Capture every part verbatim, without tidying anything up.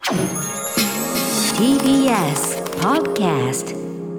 ティービーエス Podcast。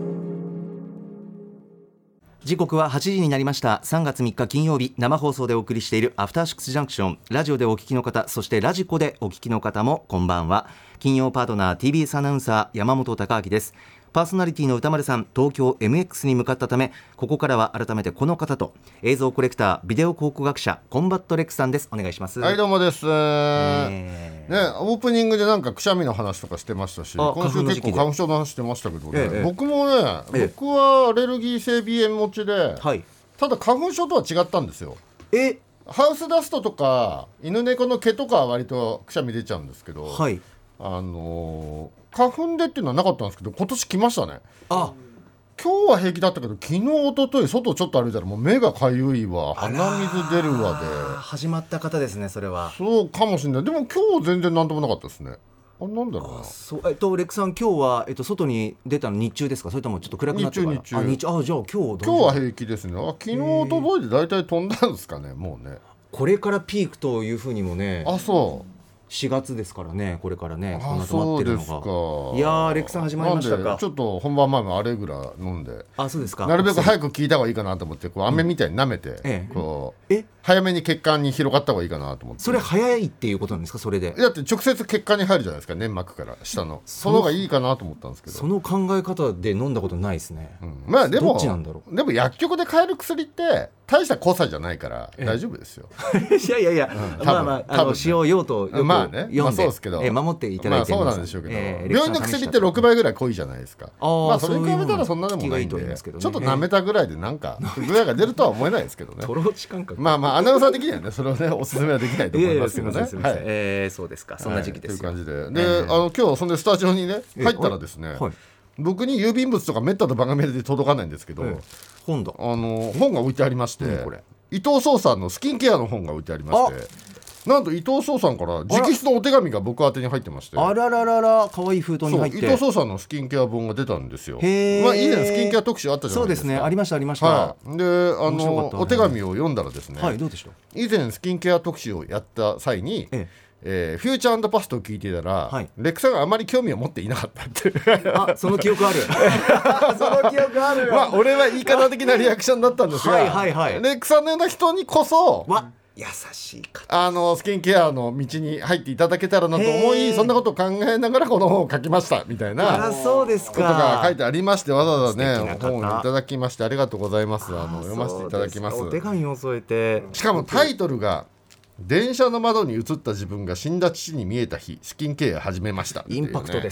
時刻ははちじになりました。さんがつみっか金曜日、生放送でお送りしているアフターシックスジャンクション。ラジオでお聞きの方、そしてラジコでお聞きの方もこんばんは。金曜パートナー ティービーエス アナウンサー山本貴明です。パーソナリティの歌丸さん、東京 エムエックス に向かったため、ここからは改めてこの方と、映像コレクター、ビデオ考古学者コンバットレックさんです。お願いします。 はい、どうもです、 えーね、オープニングでなんかくしゃみの話とかしてましたし、今週結構花粉症の話してましたけどね、 ええ、 僕もね、ええ、僕はアレルギー性鼻炎持ちで、はい、ただ花粉症とは違ったんですよ。 えハウスダストとか犬猫の毛とかは割とくしゃみ出ちゃうんですけど、はい、あのー、花粉でっていうのはなかったんですけど、今年来ましたね。あ、今日は平気だったけど、昨日一昨日外ちょっと歩いたらもう目がかゆいわ、鼻水出るわで始まった方ですね。それはそうかもしれない。でも今日全然なんともなかったですね。あ、なんだろうな。 あ、そう、えっと、レックさん今日は、えっと、外に出たの日中ですか、それともちょっと暗くなってから。 日中日中あ、日中。あ、じゃあ今日今日は平気ですね。あ、昨日一昨日で大体飛んだんですかね。もうね、 これからピークというふうにもね。 あ、そうしがつですからね、これからね、 こんな止まってるのが。 いやー、レックさん始まりましたか。 ちょっと本番前もアレグラ飲んで、 あ、そうですか。 なるべく早く効いた方がいいかなと思って、こう飴みたいに舐めて、うん、こうえ早めに血管に広がった方がいいかなと思って。 それ早いっていうことなんですか。それでだって直接血管に入るじゃないですか、粘膜から下の。その方がいいかなと思ったんですけど、 その考え方で飲んだことないですね、うん、 まあでもどっちなんだろう。 でも薬局で買える薬って大した濃さじゃないから大丈夫ですよ。 いやいやいや、うん、まあまあ、あの使用用途よく読んで、まあね、まあ、そうですけど、えー、守っていただいてる、 まあ、そうなんでしょうけど、えー、病院の薬ってろくばいぐらい濃いじゃないですか。あ、まあ、それに比べたらそんなでもないんで、ね、ちょっと舐めたぐらいでなんか具合が出るとは思えないですけどね。 トローチ感覚。 まあまあアナウンサー的にはね、それをねおすすめはできないと思いますけどね。 はい、えー、そうですか。そんな時期ですよ、 はい、という感じで、で、えー、あの今日そんでスタジオにね入ったらですね、はい、僕に郵便物とかめったとバカめで届かないんですけど、えー、 本だ、 あの本が置いてありまして、うん、これ伊藤壮さんのスキンケアの本が置いてありまして、なんと伊藤壮さんから直筆のお手紙が僕宛てに入ってまして、 あらららら、可愛い封筒に入って、 伊藤壮さんのスキンケア本が出たんですよ。へ、まあ、以前スキンケア特集あったじゃないですか。 そうですね、ありましたありました、 はい、で、あのお手紙を読んだらですね、 はい、どうでした。 以前スキンケア特集をやった際に、えええー、フューチャー&パストを聞いていたら、はい、レックさんがあまり興味を持っていなかったってあ、その記憶あるその記憶あるまあ俺は言い方的なリアクションだったんですが、はいはいはい、レックさんのような人にこそわ優しい方、 あのスキンケアの道に入っていただけたらなと思い、そんなことを考えながらこの本を書きましたみたいなことが書いてありまして、わざわざね本をいただきましてありがとうございます。あの読ませていただきます。 お手紙を添えて、 しかもタイトルが電車の窓に映った自分が死んだ父に見えた日、スキンケア始めました、ね、 インパクトです。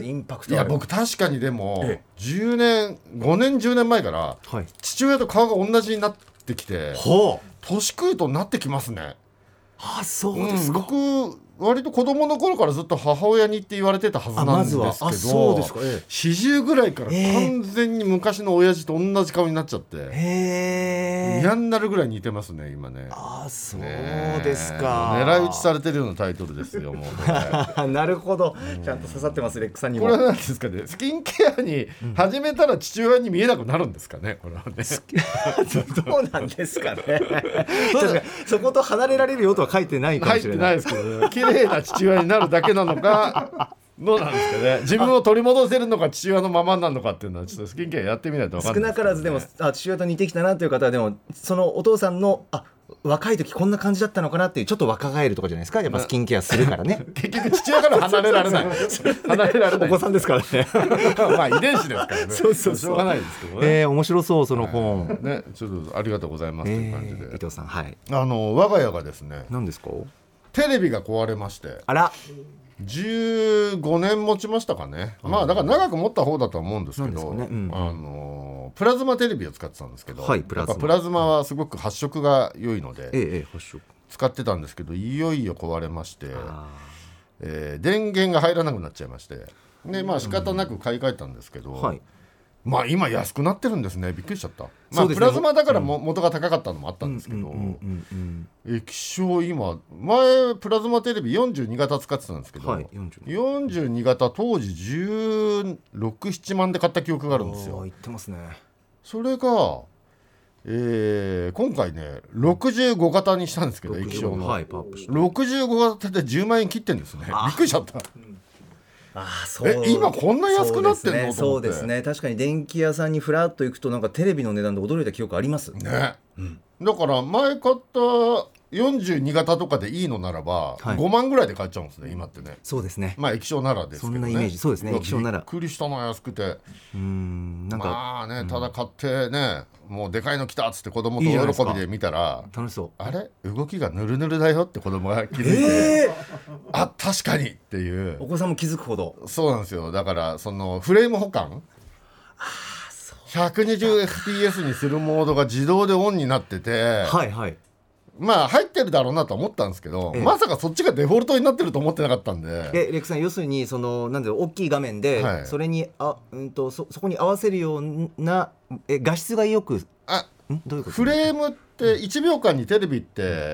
インパクト。 いや僕確かにでもじゅうねんごねんじゅうねんまえから父親と顔が同じになってきて、はい、年食うとなってきますね。 あ、そうですか。 うん、僕割と子供の頃からずっと母親にって言われてたはずなんですけど、まずは、あ、そうですか、ええ、よんじゅうぐらいから完全に昔の親父と同じ顔になっちゃって、へー、嫌になるぐらい似てますね今ね。 あ、そうですか。 狙い撃ちされてるようなタイトルですよもうなるほど、ちゃんと刺さってます。レックさんにもこれは何ですかね、スキンケアに始めたら父親に見えなくなるんですかね、これはねどうなんですかねそこと離れられるよとは書いてないかもしれない。 入ってないですけどね、綺麗な父親になるだけなのかどうなんですかね、自分を取り戻せるのか父親のままなのかっていうのはちょっとスキンケアやってみないと分かんないですけどね。 少なからずでも、あ、父親と似てきたなという方はでもそのお父さんのあ若い時こんな感じだったのかなっていうちょっと若返るとかじゃないですか、やっぱスキンケアするからね結局父親から離れられない離れられないお子さんですからねまあ遺伝子ですからねそうそうそう、しょうがないですけどね。 えー、面白そうその本、 えーね、ちょっとありがとうございますという感じで、 えー、伊藤さん、はい、 あの我が家がですね、 何ですか、 テレビが壊れまして、あらじゅうごねん持ちましたかね、うん、まあだから長く持った方だと思うんですけど、ね、うん、あのプラズマテレビを使ってたんですけど、はい、プラズマ、プラズマはすごく発色が良いので、ええ、発色使ってたんですけど、いよいよ壊れまして、えー、電源が入らなくなっちゃいまして、でまあ仕方なく買い替えたんですけど、うん、はい、まあ今安くなってるんですね、びっくりしちゃった。まあ、プラズマだからも、うん、元が高かったのもあったんですけど、液晶今前プラズマテレビよんじゅうに型使ってたんですけど、はい、よんじゅうに型当時じゅうろく、ななまんで買った記憶があるんですよ。 言ってますね。 それが、えー、今回ねろくじゅうご型にしたんですけど、液晶の、はい、パワーアップしてろくじゅうご型でじゅうまんえん切ってんですね。びっくりしちゃった。 あそうえ今こんな安くなってんの、 そうですね、そうですね、確かに電気屋さんにフラッと行くとなんかテレビの値段で驚いた記憶ありますね、うん、だから前買ったよんじゅうに型とかでいいのならば、はい、ごまんぐらいで買っちゃうんですね今ってね。 そうですね、 まあ液晶ならですけどね、 そんなイメージ。そうですね、液晶ならびっくりしたな安くて。 うーんなんかまあね、ただ買ってね、もうでかいの来たっつって子供と喜びで見たら、 いい楽しそう。 あれ動きがヌルヌルだよって子供が気づいて、えー、あ確かにっていう。 お子さんも気づくほど。 そうなんですよ。だからそのフレーム補完、ひゃくにじゅうエフピーエス にするモードが自動でオンになってて、 はいはい、 まあ入ってるだろうなと思ったんですけど、ええ、まさかそっちがデフォルトになってると思ってなかったんで。 えレクさん要するにそのなんで大きい画面で、はい、それにあ、うんと、そ, そこに合わせるようなえ画質がよくあんどういうこと？ フレームっていちびょうかんにテレビって、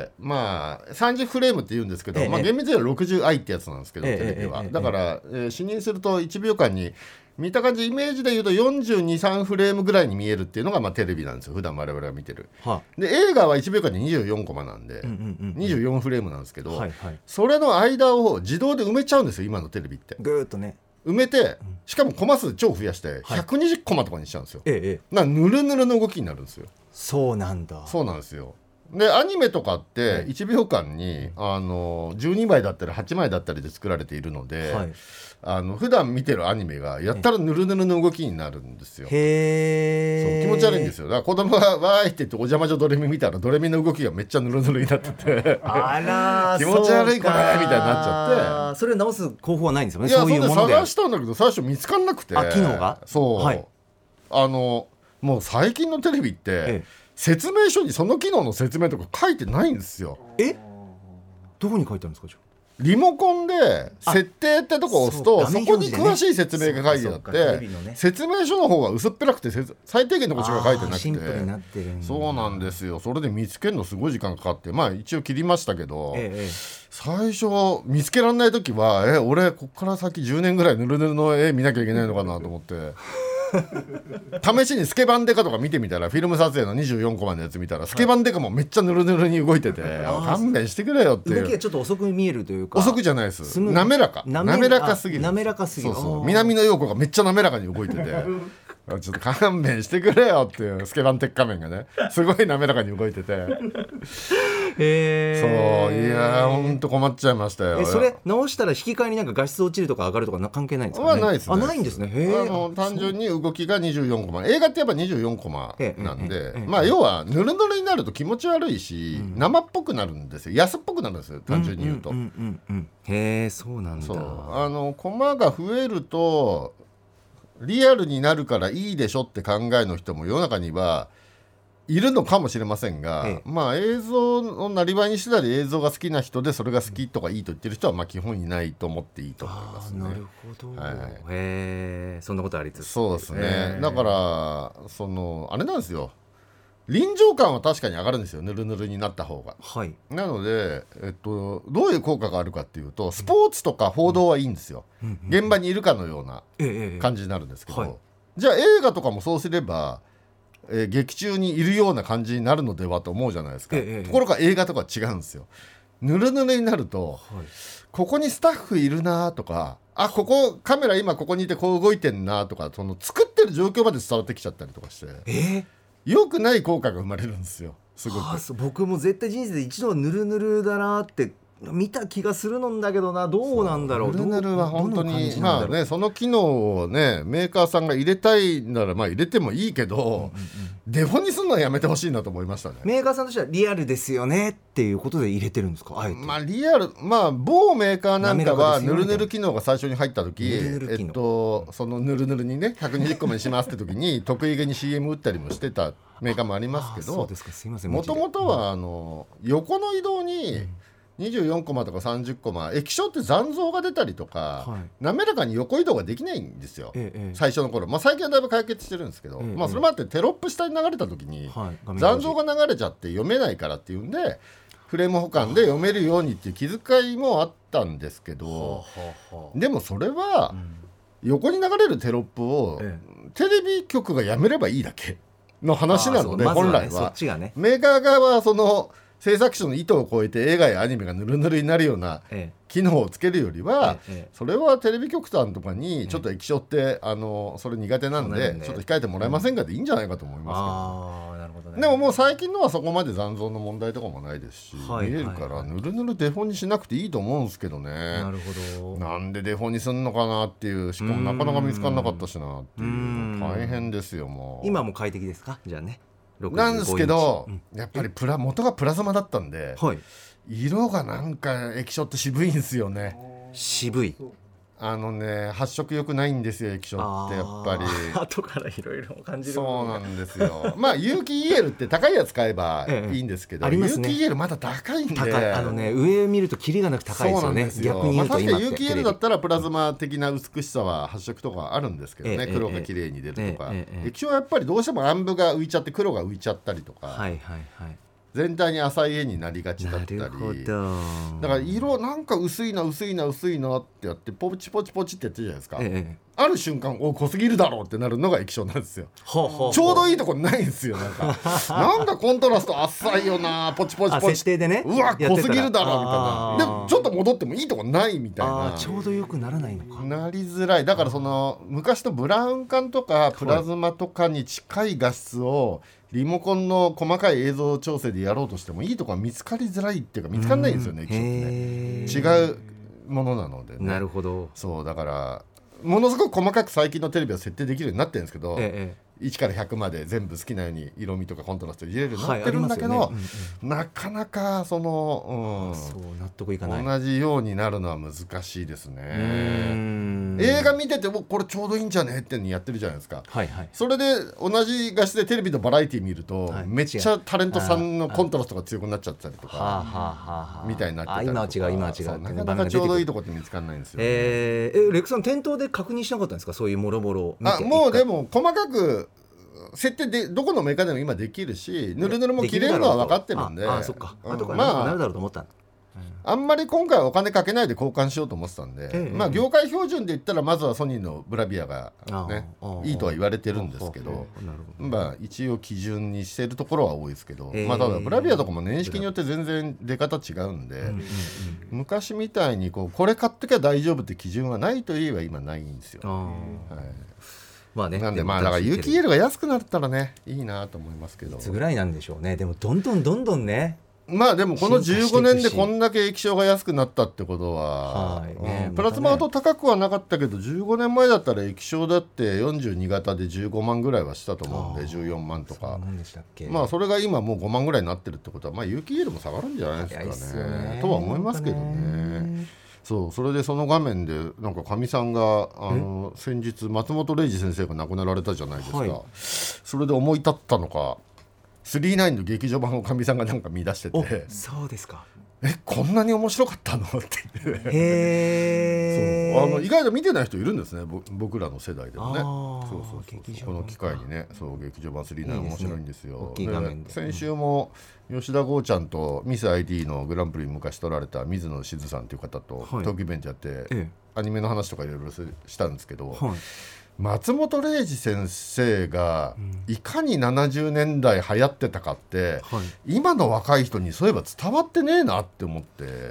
うん、まあさんじゅうフレームって言うんですけど、ええ、まあ、厳密には ろくじゅうアイ ってやつなんですけど、ええ、テレビは、ええ、だから、えー、視認するといちびょうかんに見た感じイメージで言うとよんじゅうに、さんフレームぐらいに見えるっていうのがまあテレビなんですよ普段我々が見てる、はあ、で映画はいちびょうかんににじゅうよんコマなんで、うんうんうん、にじゅうよんフレームなんですけど、はいはい、それの間を自動で埋めちゃうんですよ今のテレビって。 ぐーっとね埋めて、しかもコマ数超増やしてひゃくにじゅうコマとかにしちゃうんですよ、はい、ええ、なぬるぬるの動きになるんですよ。 そうなんだ。 そうなんですよ。でアニメとかっていちびょうかんに、うん、あのじゅうにまいだったりはちまいだったりで作られているので、はい、あの普段見てるアニメがやったらヌルヌルの動きになるんですよ。へー、そう気持ち悪いんですよ。だから子供がわーいって言ってお邪魔女ドレミ見たらドレミの動きがめっちゃヌルヌルになっててあら気持ち悪いこれみたいになっちゃって、 それを直す方法はないんですよね。 いやそういうものでそれで探したんだけど最初見つかんなくて。 あ機能がそう、はい、あのもう最近のテレビって、ええ説明書にその機能の説明とか書いてないんですよ。 えどこに書いてあるんですか？じゃあリモコンで設定ってとこを押すと そ, そこに詳しい説明が書いてあって、ね、説明書の方が薄っぺらくて最低限のことしか書いてなくて、 シンプルになってるんだ。 そうなんですよ。それで見つけるのすごい時間かかって、まあ一応切りましたけど、ええ、最初見つけられない時はえ俺こっから先じゅうねんぐらいヌルヌルの絵見なきゃいけないのかなと思って試しにスケバンデカとか見てみたらフィルム撮影のにじゅうよんコマのやつ見たらスケバンデカもめっちゃヌルヌルに動いてて、はい、勘弁してくれよっていう。 動きがちょっと遅く見えるというか。 遅くじゃないです。滑らか滑らかすぎる。 滑らかすぎる。 そうそう南野陽子がめっちゃ滑らかに動いててちょっと勘弁してくれよっていうスケバン鉄仮面がねすごい滑らかに動いててへそういやほんと困っちゃいましたよ。 えそれ直したら引き換えになんか画質落ちるとか上がるとか関係ないんですかね？ はないですね。 あないんですね。へあの単純に動きがにじゅうよんコマ、映画ってやっぱにじゅうよんコマなんで、まあ要はヌルヌルになると気持ち悪いし、うん、生っぽくなるんですよ。安っぽくなるんですよ単純に言うと。 へえそうなんだ。 そうあのコマが増えるとリアルになるからいいでしょって考えの人も世の中にはいるのかもしれませんが、ええ、まあ映像のなりわいにしてたり映像が好きな人でそれが好きとかいいと言ってる人はまあ基本いないと思っていいと思いますね。 なるほど、はい、へえそんなことありつつ。 そうですね。だからそのあれなんですよ。臨場感は確かに上がるんですよヌルヌルになった方が、はい、なので、えっと、どういう効果があるかっていうとスポーツとか報道はいいんですよ、うん、現場にいるかのような感じになるんですけど、ええええはい、じゃあ映画とかもそうすれば、えー、劇中にいるような感じになるのではと思うじゃないですか、ええ、ところが映画とかは違うんですよ。ヌルヌルになると、はい、ここにスタッフいるなとかあここカメラ今ここにいてこう動いてんなとかその作ってる状況まで伝わってきちゃったりとかして、えー良くない効果が生まれるんですよすごく。はあ、 僕も絶対人生で一度はヌルヌルだなって見た気がするんだけどな。どうなんだろう。 ヌルヌルは本当にまあねその機能をねメーカーさんが入れたいならまあ入れてもいいけど、うんうんうん、デフォにするのはやめてほしいなと思いましたね。 メーカーさんとしてはリアルですよねっていうことで入れてるんですか？あえてまあリアルまあ某メーカーなんかはヌルヌル機能が最初に入った時えっとそのヌルヌルにねひゃくにじゅっコマにしますって時に得意げに シーエム 打ったりもしてたメーカーもありますけど、もともとはあの横の移動に、うんにじゅうよんコマとかさんじゅっコマ液晶って残像が出たりとか、はい、滑らかに横移動ができないんですよ、ええ、最初の頃、まあ、最近はだいぶ解決してるんですけど、えまあ、それもあってテロップ下に流れた時に、はい、残像が流れちゃって読めないからっていうんでフレーム補完で読めるようにっていう気遣いもあったんですけど、でもそれは横に流れるテロップをテレビ局がやめればいいだけの話なので、本来は、ね、メーカー側はその制作者の意図を超えて映画やアニメがヌルヌルになるような機能をつけるよりは、ええ、それはテレビ局さんとかにちょっと液晶って、ええ、あのそれ苦手なんで、ね、ちょっと控えてもらえませんかでいいんじゃないかと思いますけど、ね、あ、なるほどね。でももう最近のはそこまで残像の問題とかもないですし、はい、見えるから、はいはい、ヌルヌルデフォにしなくていいと思うんですけどね。なるほど。なんでデフォにすんのかなっていう、しかもなかなか見つからなかったしなっていう、大変ですよ。もう今も快適ですか？じゃあねなんですけど、うん、やっぱりプラ元がプラズマだったんで、はい、色がなんか液晶って渋いんですよね。 渋い。 あのね発色良くないんですよ液晶ってやっぱり。 後からいろいろ感じる。 そうなんですよ。まあ有機 イーエル って高いやつ買えばいいんですけど、ええね、有機 イーエル まだ高いんで、高いあのね上見るとキリがなく高いですよね。 そうなんですよ。逆に言うと今って、まあ、確かに有機 イーエル だったらプラズマ的な美しさは発色とかあるんですけどね、ええ、黒が綺麗に出るとか、ええ、液晶はやっぱりどうしても暗部が浮いちゃって黒が浮いちゃったりとか、はいはいはい、全体に浅い絵になりがちだったり、だから色なんか薄いな薄いな薄いなってやってポチポチポチってやってるじゃないですか、ええ、ある瞬間お濃すぎるだろうってなるのが液晶なんですよ。ほうほうほう、ちょうどいいとこないんですよ。なんかなんかコントラスト浅いよなポチポチポチ設定でね、うわ濃すぎるだろうみたいな、でもちょっと戻ってもいいとこないみたいな、 ちょうどよくならないのかなりづらい。だからその昔のブラウン管とかプラズマとかに近い画質をリモコンの細かい映像調整でやろうとしてもいいとこは見つかりづらいっていうか見つかんないんですよね、液晶ってね。違うものなのでね。 なるほど。 そうだからものすごく細かく最近のテレビは設定できるようになってるんですけど、ええ、いちからひゃくまで全部好きなように色味とかコントラスト入れるようになってるんだけど、はいねうんうん、なかなかその、うん、そう納得いかない。同じようになるのは難しいですね。映画見ててもこれちょうどいいんじゃねってにやってるじゃないですか、はいはい、それで同じ画質でテレビのバラエティ見ると、はい、めっちゃタレントさんのコントラストが強くなっちゃったりとかみたいになってたりとか、 今は違う今は違う、 なかなかちょうどいいとこって見つかんないんですよ、ね。 えー、えレックさん店頭で確認しなかったんですか？そういうもろもろ見て。 あもうでも細かく設定でどこのメーカーでも今できるし、ヌルヌルも切れるのは分かってるんで、 ああそっか、うん、後からなるだろうと思ったんだ。 あんまり今回はお金かけないで交換しようと思ってたんで、ええまあ、業界標準で言ったらまずはソニーのブラビアが、ね、いいとは言われてるんですけど、まあ、一応基準にしてるところは多いですけど、えまあ、ただブラビアとかも年式によって全然出方違うんで、うんうんうん、昔みたいにこうこれ買ってきゃ大丈夫って基準はないといえば今ないんですよ、はいまあね、なんでまあだから有機 イーエル が安くなったらねいいなと思いますけど、いつぐらいなんでしょうね。でもどんどんどんどんねまあでもこのじゅうごねんでこんだけ液晶が安くなったってことは、はいねうん、プラズマほど高くはなかったけどじゅうごねんまえだったら液晶だってよんじゅうに型でじゅうごまんぐらいはしたと思うんでじゅうよんまんとか、まあそれが今もうごまんぐらいになってるってことはまあ有機 イーエル も下がるんじゃないですか ね, ねとは思いますけどね。そうそれでその画面でなんかかみさんがあの先日松本零士先生が亡くなられたじゃないですか、はい、それで思い立ったのかスリーナインの劇場版をかみさんがなんか見出してて、 そうですか、 えこんなに面白かったのって言ってへそうあの意外と見てない人いるんですね僕らの世代でもね。そうそうそうこの機会にねそう劇場版スリーナイン面白いんですよ。いいですね、大きい画面で先週も吉田剛ちゃんとミス アイディー のグランプリ昔取られた水野しずさんという方とトークイベントやって、はいええ、アニメの話とかいろいろしたんですけど、はい松本零士先生がいかにななじゅうねんだい流行ってたかって、はい、今の若い人にそういえば伝わってねえなって思って。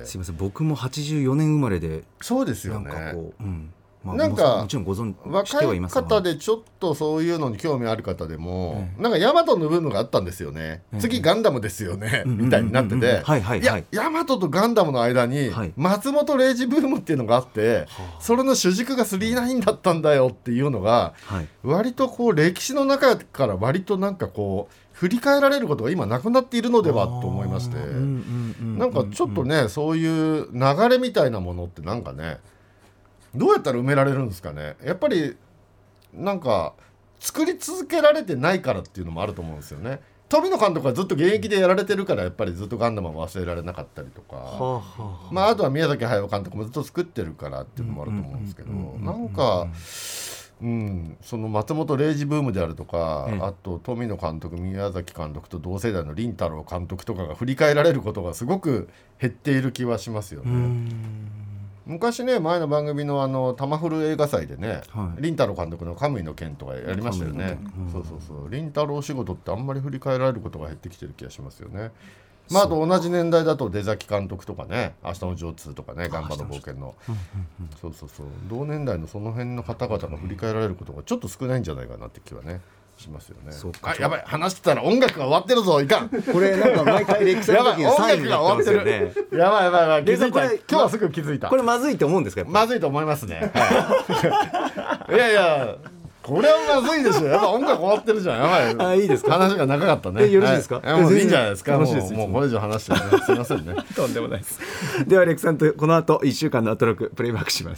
すいません僕もはちじゅうよねん生まれでそうですよねなんかこう、うんまあ、 なんかもちろんご存知してはいますが若い方でちょっとそういうのに興味ある方でも、うん、なんかヤマトのブームがあったんですよね、うん、次ガンダムですよね、うん、みたいになってていやヤマトとガンダムの間に松本零士ブームっていうのがあって、はい、それの主軸がスリーナインだったんだよっていうのが、はい、割とこう歴史の中から割となんかこう振り返られることが今なくなっているのではと思いまして、なんかちょっとねそういう流れみたいなものってなんかねどうやったら埋められるんですかね。やっぱりなんか作り続けられてないからっていうのもあると思うんですよね。富野監督はずっと現役でやられてるからやっぱりずっとガンダムは忘れられなかったりとか、はあはあまあ、あとは宮崎駿監督もずっと作ってるからっていうのもあると思うんですけど、なんか、うん、その松本零士ブームであるとか、うん、あと富野監督宮崎監督と同世代の林太郎監督とかが振り返られることがすごく減っている気はしますよね。うん昔ね前の番組のあのタマフル映画祭でね、はい、林太郎監督のカムイの剣とかやりましたよね、うん、そうそうそう林太郎仕事ってあんまり振り返られることが減ってきてる気がしますよね。 まあ、あと同じ年代だと出崎監督とかね、明日のジョーツーとかね、ガンバの冒険の、そうそうそう、同年代のその辺の方々が振り返られることがちょっと少ないんじゃないかなって気はねしますよね。あ、やばい、話してたら音楽が終わってるぞ、いかん。 これなんか毎回レクさんの時にサインになってますよね。 やばいやばいやばい、気づいた。今日はすぐ気づいた。 これまずいと思うんですか？ まずいと思いますね。はい、いやいや。これはまずいでしょ。やっぱ音楽終わってるじゃん。やばい。 あ、いいですか。 話が長かったね。 よろしいですか。 はい、もういいんじゃないですか。 楽しいです。 もうもうこれ以上話してね。すみませんね。 とんでもないです。ではレクさんとこの後いっしゅうかんのアトロクプレイバックします。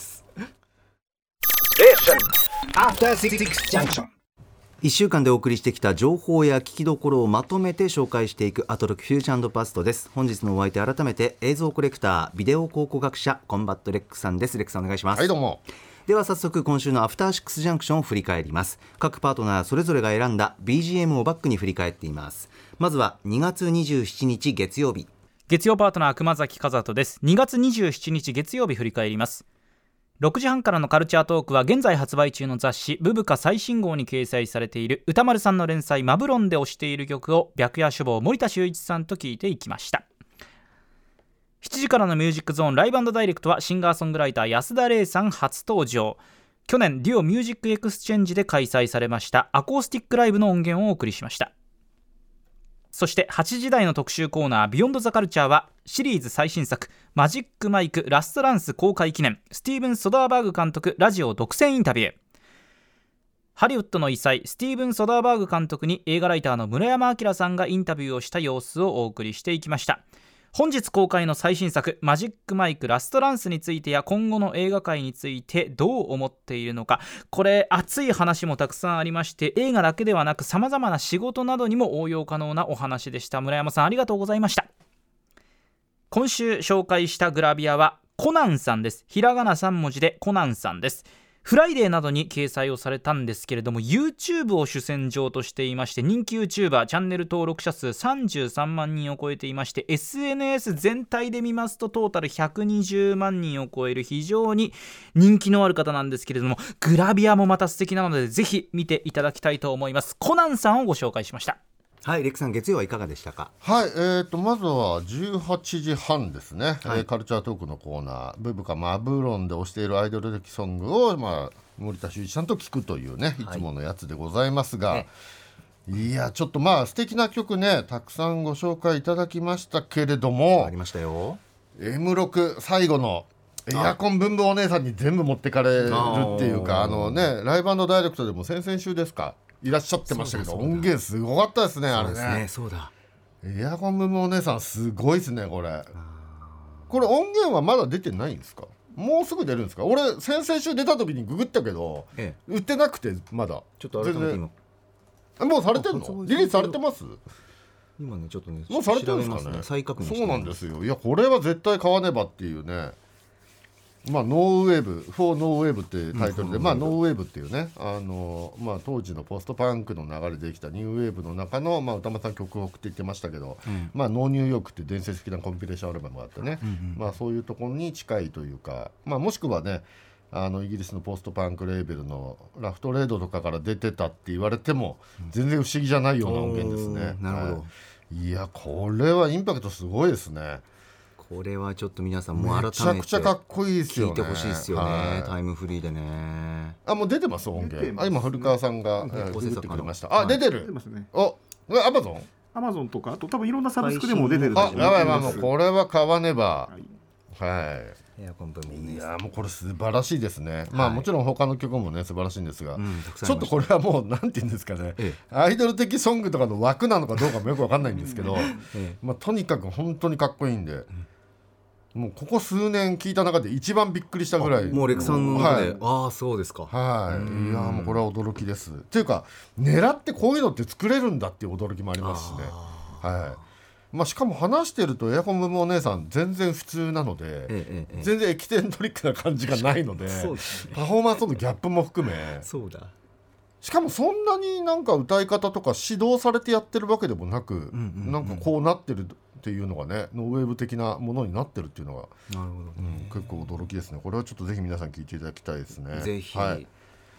いっしゅうかんでお送りしてきた情報や聞きどころをまとめて紹介していくアトロクフューチャー&パストです。本日のお相手、改めて映像コレクター、ビデオ考古学者コンバットレックさんです。レックさんお願いします。 はい、どうも。 では早速今週のアフターシックスジャンクションを振り返ります。各パートナーそれぞれが選んだ ビージーエム をバックに振り返っています。まずはにがつにじゅうしちにち月曜日、 月曜パートナー熊崎和人です。にがつにじゅうしちにち月曜日振り返ります。ろくじはんからのカルチャートークは現在発売中の雑誌ブブカ最新号に掲載されている歌丸さんの連載マブロンで推している曲を白夜書房森田修一さんと聞いていきました。しちじからのミュージックゾーンライブ&ダイレクトはシンガーソングライター安田玲さん初登場。去年デュオミュージックエクスチェンジで開催されましたアコースティックライブの音源をお送りしました。そしてはちじ台の特集コーナービヨンドザカルチャーはシリーズ最新作マジックマイクラストランス公開記念スティーブン・ソダーバーグ監督ラジオ独占インタビュー。ハリウッドの異彩スティーブン・ソダーバーグ監督に映画ライターの村山明さんがインタビューをした様子をお送りしていきました。本日公開の最新作マジックマイクラストランスについてや今後の映画界についてどう思っているのか、これ熱い話もたくさんありまして、映画だけではなく様々な仕事などにも応用可能なお話でした。村山さんありがとうございました。今週紹介したグラビアはコナンさんです。ひらがなさん文字でコナンさんです。フライデーなどに掲載をされたんですけれども YouTube を主戦場としていまして、人気 YouTuber チャンネル登録者数さんじゅうさんまんにんを超えていまして、 エスエヌエス 全体で見ますとトータルひゃくにじゅうまんにんを超える非常に人気のある方なんですけれども、グラビアもまた素敵なのでぜひ見ていただきたいと思います。コナンさんをご紹介しました。 はい、レックさん月曜はいかがでしたか？ はい、えー、とまずはじゅうはちじはんですね、はい、えー、カルチャートークのコーナーブブカマブロンで推しているアイドル的ソングを、まあ、森田修一さんと聞くというねいつものやつでございますが、はい、いやちょっとまあ素敵な曲ねたくさんご紹介いただきましたけれども、 ありましたよ。 エムろく 最後のエアコンブンブンお姉さんに全部持ってかれるっていうか、あのねライブ&ダイレクトでも先々週ですかいらっしゃってましたけど、音源すごかったですね。あれね。そうですね、そうだ。エアコンブンブンお姉さんすごいですねこれ。これ音源はまだ出てないんですか？もうすぐ出るんですか？俺先々週出た時にググったけど、ええ、売ってなくてまだ。 ちょっと改めて今もうされてんの？リリースされてます？ 今ねちょっとねもうされてるんですかね。 再確認して。 そうなんですよ。いやこれは絶対買わねばっていうね。まあ、ノーウェーブ For ノーウェーブっていうタイトルで、うん、まあ、ノーウェーブっていうねあの、まあ、当時のポストパンクの流れでできたニューウェーブの中の、まあ、歌間さん曲を送って言ってましたけど、うんまあ、ノーニューヨークっていう伝説的なコンピレーションアルバムがあってね、うんうんまあ、そういうところに近いというか、まあ、もしくはねあのイギリスのポストパンクレーベルのラフトレードとかから出てたって言われても全然不思議じゃないような音源ですね、 うん、なるほど、 はい、いやこれはインパクトすごいですね。 これはちょっと皆さんも改めてめちゃくちゃかっこいいですよね。 聞いてほしいですよね、はい、タイムフリーでね。 あもう出てます音源。あ今古川さんがググってくれました。あ、はい、出てる。 出てますね。 おアマゾンアマゾンとかあと多分いろんなサブスクでも出てる。 あやばいやばいもうこれは買わねば。はい、はいエアコンブンいやもうこれ素晴らしいですね、はい、まあもちろん他の曲もね素晴らしいんですが、うん、 ちょっとこれはもうなんていうんですかね、ええ、アイドル的ソングとかの枠なのかどうかもよく分かんないんですけど、ええまあ、とにかく本当にかっこいいんで、うんもうここ数年聞いた中で一番びっくりしたぐらい。 もうレクさんの中で、はい、ああそうですか。 はい。いやもうこれは驚きです。っていうか狙ってこういうのって作れるんだっていう驚きもありますしね。はい。まあしかも話してるとエアコンブームお姉さん全然普通なので、ええええ、全然エキセントリックな感じがないので、そうですね、パフォーマンスのギャップも含め。 そうだ。 しかもそんなになんか歌い方とか指導されてやってるわけでもなく、うんうんうん、なんかこうなってるっていうのがねノーウェーブ的なものになってるっていうのがなるほど、ねうん、結構驚きですね。これはちょっとぜひ皆さん聞いていただきたいですね。 ぜひ、 はい、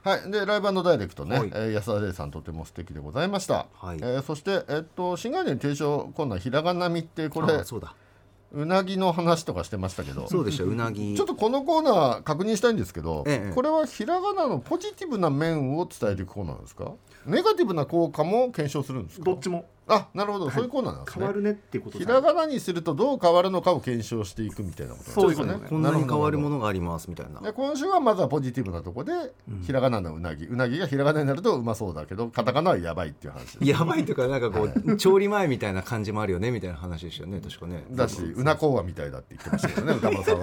はい、でライブ&ダイレクトね、はい、えー、安田玲さんとても素敵でございました、はい、えー、そして、えっと、新概念提唱コーナーひらがなみってこれそうだうなぎの話とかしてましたけど、 そうでした、うなぎ。 ちょっとこのコーナー確認したいんですけど、ええ、これはひらがなのポジティブな面を伝えていくコーナーですか、ネガティブな効果も検証するんですか。 どっちも。 あ、なるほど、はい、そういうコーナーなんですね。 変わるねっていうことひらがなにするとどう変わるのかを検証していくみたいなことなんですね。そうですね。 こんなに変わるものがありますみたいな。 で今週はまずはポジティブなとこで、うん、ひらがなのうなぎうなぎがひらがなになるとうまそうだけどカタカナはやばいっていう話です。 やばいというかなんかこう、はい、調理前みたいな感じもあるよねみたいな話でしたよね、確かね。 だしうなこうわみたいだって言ってましたけどね歌丸さん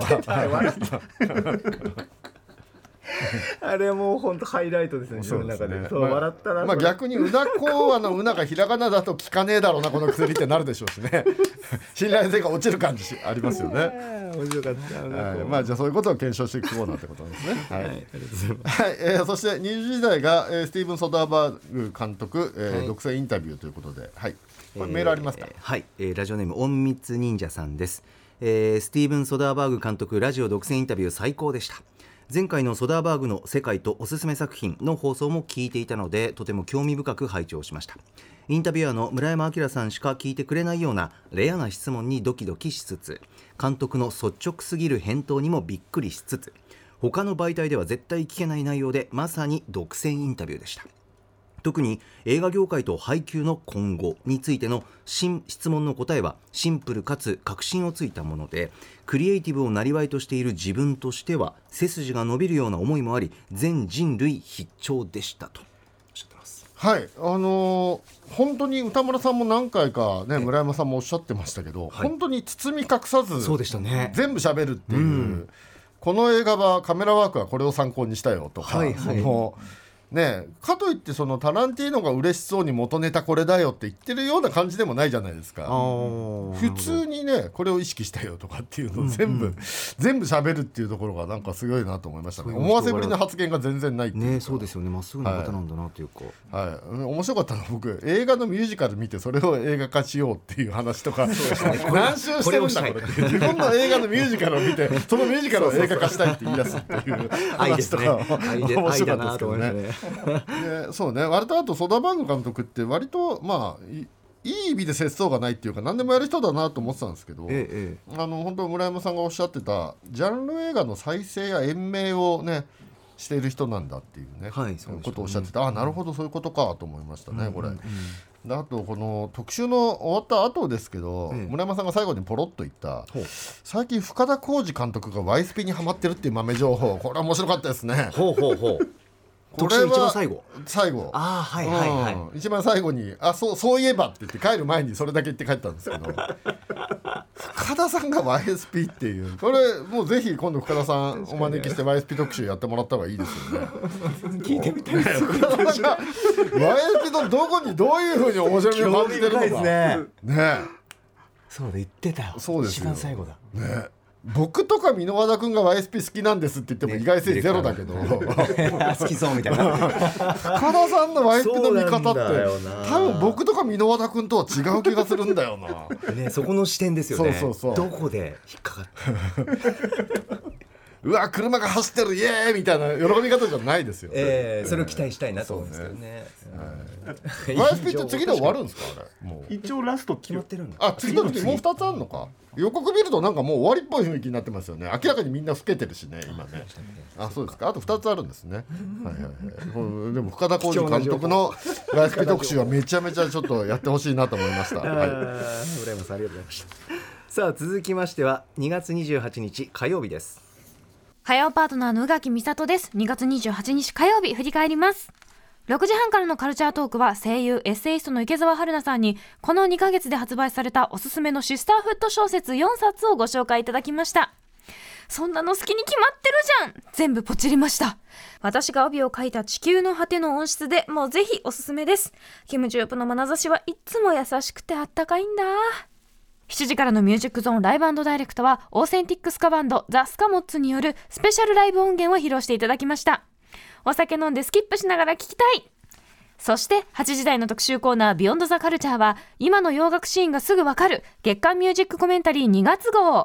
は。 あれもう本当ハイライトですね、 そうですね。 の中で。そう、まあ、笑ったら、 まあ、逆にうなこうわのうながひらがなだと聞かねえだろうなこの薬ってなるでしょうしね。信頼性が落ちる感じありますよね。 面白かった、 はい、まあじゃあそういうことを検証していくコーナーってことなんですね。はい、はい、ありがとうございます。はい、えー、そしてにじゅうじ台が、えー、スティーブン・ソダーバーグ監督、えーはい、独占インタビューということで、はい、これメールありますか。 えー、はい、えー、ラジオネーム隠密忍者さんです。えー、スティーブン・ソダーバーグ監督ラジオ独占インタビュー最高でした。前回のソダーバーグの世界とおすすめ作品の放送も聞いていたのでとても興味深く拝聴しました。インタビュアーの村山明さんしか聞いてくれないようなレアな質問にドキドキしつつ、監督の率直すぎる返答にもびっくりしつつ、他の媒体では絶対聞けない内容でまさに独占インタビューでした。特に映画業界と配給の今後についての新質問の答えはシンプルかつ確信をついたもので、クリエイティブを生りとしている自分としては背筋が伸びるような思いもあり、全人類必聴でしたとおっしゃってます。 はい、あのー、本当に歌村さんも何回か、ね、村山さんもおっしゃってましたけど、はい、本当に包み隠さずそうでした、ね、 全部喋るっていう、うん、この映画はカメラワークはこれを参考にしたよとか、はいはい、もうね、かといってそのタランティーノが嬉しそうに元ネタこれだよって言ってるような感じでもないじゃないですか。普通にねこれを意識したよとかっていうのを全部、うんうん、全部喋るっていうところがなんかすごいなと思いましたね。思わせぶりの発言が全然ないっていうか、 ね、そうですよね、まっすぐな方なんだなというか、 はいはい、面白かったのは僕映画のミュージカル見てそれを映画化しようっていう話とか何周してるんだこれって自分の映画のミュージカルを見てそのミュージカルを映画化したいって言い出すっていう話とか面白かったですけどね。でそうね、割とあとソダーバーグ監督って割とまあ い, いい意味で節操がないっていうか何でもやる人だなと思ってたんですけど、ええ、あの本当村山さんがおっしゃってたジャンル映画の再生や延命をねしている人なんだっていうね、はい、そういうことをおっしゃってて、ああなるほどそういうことかと思いましたね、うん、これ、うんうん、であとこの特集の終わった後ですけど、ええ、村山さんが最後にポロッと言った最近深田浩二監督がワイスピにハマってるっていう豆情報、これは面白かったですね。 ほうほうほうこれは一番最後最後あ、はいはいはいうん、一番最後にあ そう、そういえばって言って帰る前にそれだけ言って帰ったんですけど深田さんが ワイエスピー っていうこれもうぜひ今度深田さんお招きして ワイエスピー 特集やってもらった方がいいですよね。 聞いてみたいです。 深田さんが ワイエスピー のどこにどういうふうに面白みを感じてるのかですね。 ねそうだ言ってたよ。 そうですよ一番最後だね。僕とか箕輪田君が ワイエスピー 好きなんですって言っても意外性ゼロだけど、ね、 好きそうみたいな深田さんの ワイエスピー の見方って多分僕とか箕輪田君とは違う気がするんだよな、 ね、そこの視点ですよね。 そうそうそう、 どこで引っかかってうわ車が走ってるイエーイみたいな喜び方じゃないですよ、 えー、それを期待したいなと思うんですけどね。 ワイエスピー って次で終わるんですかあれ。もう一応ラスト決まってるんだ。 あ次の時もうふたつあるのか。予告見るとなんかもう終わりっぽい雰囲気になってますよね。明らかにみんな老けてるしね今ね。あそうですか。あとふたつあるんですね。はいはいはい、でも深田浩二監督の ワイエスピー 特集はめちゃめちゃちょっとやってほしいなと思いました。はい、 村山さんありがとうございました。さあ続きましてはにがつにじゅうはちにち火曜日です。 火曜パートナーの宇垣美里です。にがつにじゅうはちにち火曜日振り返ります。ろくじはんからのカルチャートークは声優エッセイストの池澤春菜さんにこのにかげつで発売されたおすすめのシスターフット小説よんさつをご紹介いただきました。そんなの好きに決まってるじゃん。全部ポチりました。私が帯を書いた地球の果ての温室でもうぜひおすすめです。キム・ジュープの眼差しはいつも優しくてあったかいんだ。しちじからのミュージックゾーンライブ&ダイレクトはオーセンティックスカバンドザ・スカモッツによるスペシャルライブ音源を披露していただきました。お酒飲んでスキップしながら聴きたい。そしてはちじ台の特集コーナービヨンドザカルチャーは今の洋楽シーンがすぐわかる月刊ミュージックコメンタリーにがつ号。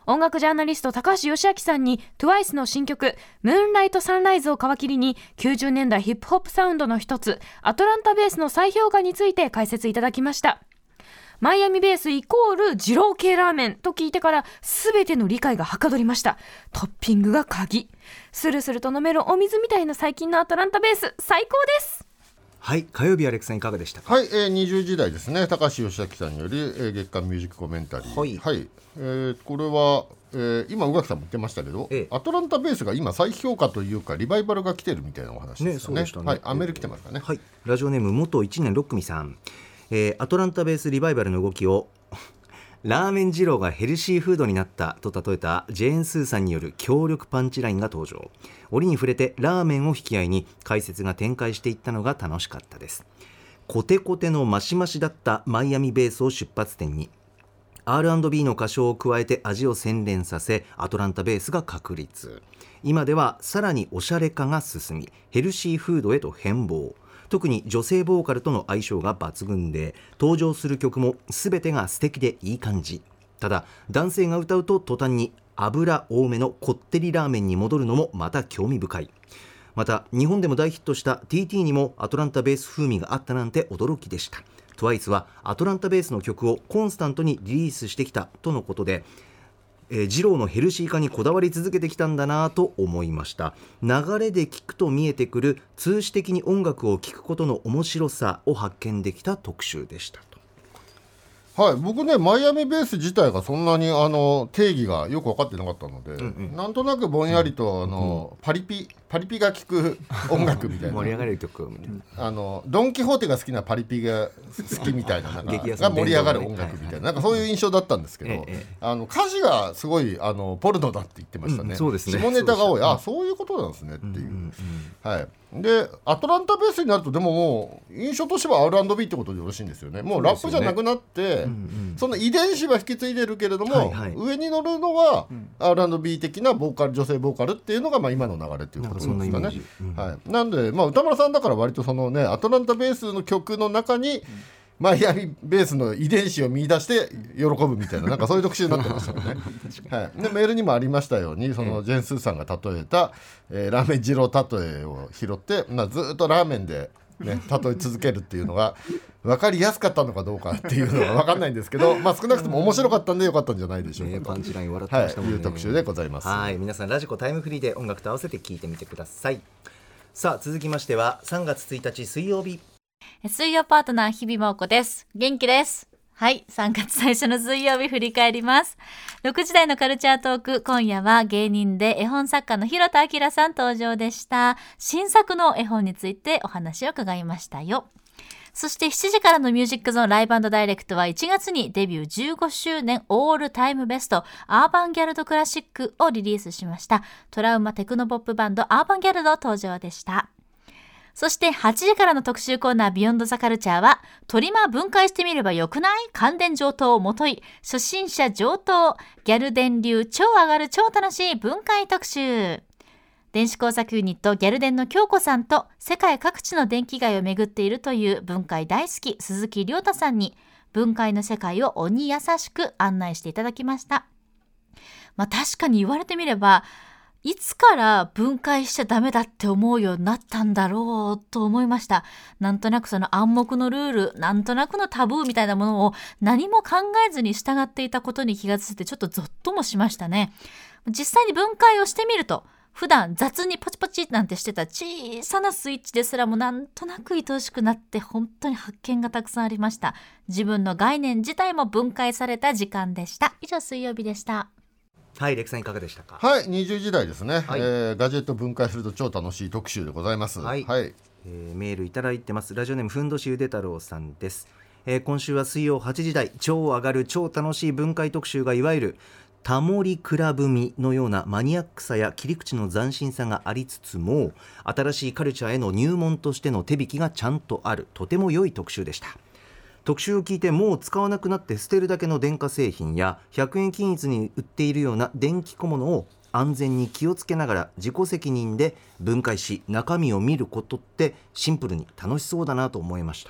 音楽ジャーナリスト高橋義明さんに トゥワイス の新曲ムーンライトサンライズを皮切りにきゅうじゅうねんだいヒップホップサウンドの一つアトランタベースの再評価について解説いただきました。マイアミベースイコール二郎系ラーメンと聞いてから全ての理解がはかどりました。トッピングが鍵、スルスルと飲めるお水みたいな最近のアトランタベース最高です。 はい、火曜日アレックさんいかがでしたか。 はい、えー、にじゅうじ台ですね。高橋義明さんにより、えー、月間ミュージックコメンタリー、 はい、 はい、えー、これは、えー、今宇垣さんも言ってましたけど、ええ、アトランタベースが今再評価というかリバイバルが来てるみたいなお話ですよ ね, ね, ね、はい、アメリカ来てますかね、 はい、ラジオネーム元いちねんろっ組さん、えー、アトランタベースリバイバルの動きをラーメン二郎がヘルシーフードになったと例えたジェーン・スーさんによる強力パンチラインが登場。折に触れてラーメンを引き合いに解説が展開していったのが楽しかったです。コテコテのマシマシだったマイアミベースを出発点に アールアンドビー の歌唱を加えて味を洗練させアトランタベースが確立。今ではさらにおしゃれ化が進みヘルシーフードへと変貌。特に女性ボーカルとの相性が抜群で登場する曲も全てが素敵でいい感じ。ただ男性が歌うと途端に油多めのこってりラーメンに戻るのもまた興味深い。また日本でも大ヒットした ティーティー にもアトランタベース風味があったなんて驚きでした。 トゥワイス はアトランタベースの曲をコンスタントにリリースしてきたとのことで、えー、二郎のヘルシー化にこだわり続けてきたんだなと思いました。流れで聴くと見えてくる通詞的に音楽を聴くことの面白さを発見できた特集でしたと。 はい、僕ねマイアミベース自体がそんなにあの定義がよく分かってなかったので、うんうん、なんとなくぼんやりとあの、うん、パリピパリピが聴く音楽みたいな盛り上がる曲、 あのドン・キホーテが好きなパリピが好きみたいな、 なんかが盛り上がる音楽みたいな、なんかそういう印象だったんですけど、ええ、あの歌詞がすごいあのポルノだって言ってましたね、うん、そうですね、下ネタが多い、あ、そういうことなんですねっていう、うんうんうん、はい、でアトランタベースになるとでももう印象としては アールアンドビー ってことでよろしいんですよね。もうラップじゃなくなって、 そ,、ねうんうん、その遺伝子は引き継いでるけれども、はいはい、上に乗るのは アールアンドビー 的なボーカル、女性ボーカルっていうのがまあ今の流れっていうことなんですかね。うん、はい、なんで、まあ、歌丸さんだから割とその、ね、アトランタベースの曲の中に、うん、マイアミベースの遺伝子を見出して喜ぶみたいな、なんかそういう特集になってましたよね、はい、でメールにもありましたようにそのジェーン・スーさんが例えた、えー、ラーメン二郎例えを拾って、まあ、ずっとラーメンで、ね、例え続けるっていうのが分かりやすかったのかどうかっていうのは分かんないんですけど、まあ、少なくとも面白かったんでよかったんじゃないでしょうか、ね、 パンチライン笑ってましたもんね、 はい、いう特集でございます。 はい、皆さんラジコタイムフリーで音楽と合わせて聴いてみてください。さあ続きましてはさんがつついたち水曜日、 水曜パートナー日々真央子です。元気です。はい、さんがつ最初の水曜日振り返ります。ろくじ台のカルチャートーク、今夜は芸人で絵本作家の広田明さん登場でした。新作の絵本についてお話を伺いましたよ。そしてしちじからのミュージックゾーンライブ&ダイレクトはいちがつにデビューじゅうごしゅうねんオールタイムベストアーバンギャルドクラシックをリリースしました。トラウマテクノポップバンドアーバンギャルド登場でした。そしてはちじからの特集コーナービヨンドザカルチャーはトリマー分解してみればよくない？感電上等をもとい初心者上等ギャル電流超上がる超楽しい分解特集。電子工作ユニットギャルデンの京子さんと世界各地の電気街を巡っているという分解大好き鈴木亮太さんに分解の世界を鬼優しく案内していただきました。まあ確かに言われてみればいつから分解しちゃダメだって思うようになったんだろうと思いました。なんとなくその暗黙のルール、なんとなくのタブーみたいなものを何も考えずに従っていたことに気がついてちょっとゾッともしましたね。実際に分解をしてみると普段雑にポチポチなんてしてた小さなスイッチですらもなんとなく愛おしくなって本当に発見がたくさんありました。自分の概念自体も分解された時間でした。以上水曜日でした。 はい、レクさんいかがでしたか。 はい、にじゅうじ台ですね、はい、えー、ガジェット分解すると超楽しい特集でございます。 はい、はい、えー、メールいただいてます。ラジオネームふんどしゆで太郎さんです。えー、今週は水曜はちじ台超上がる超楽しい分解特集がいわゆるタモリクラブ味のようなマニアックさや切り口の斬新さがありつつも新しいカルチャーへの入門としての手引きがちゃんとあるとても良い特集でした。特集を聞いてもう使わなくなって捨てるだけの電化製品やひゃくえん均一に売っているような電気小物を安全に気をつけながら自己責任で分解し中身を見ることってシンプルに楽しそうだなと思いました。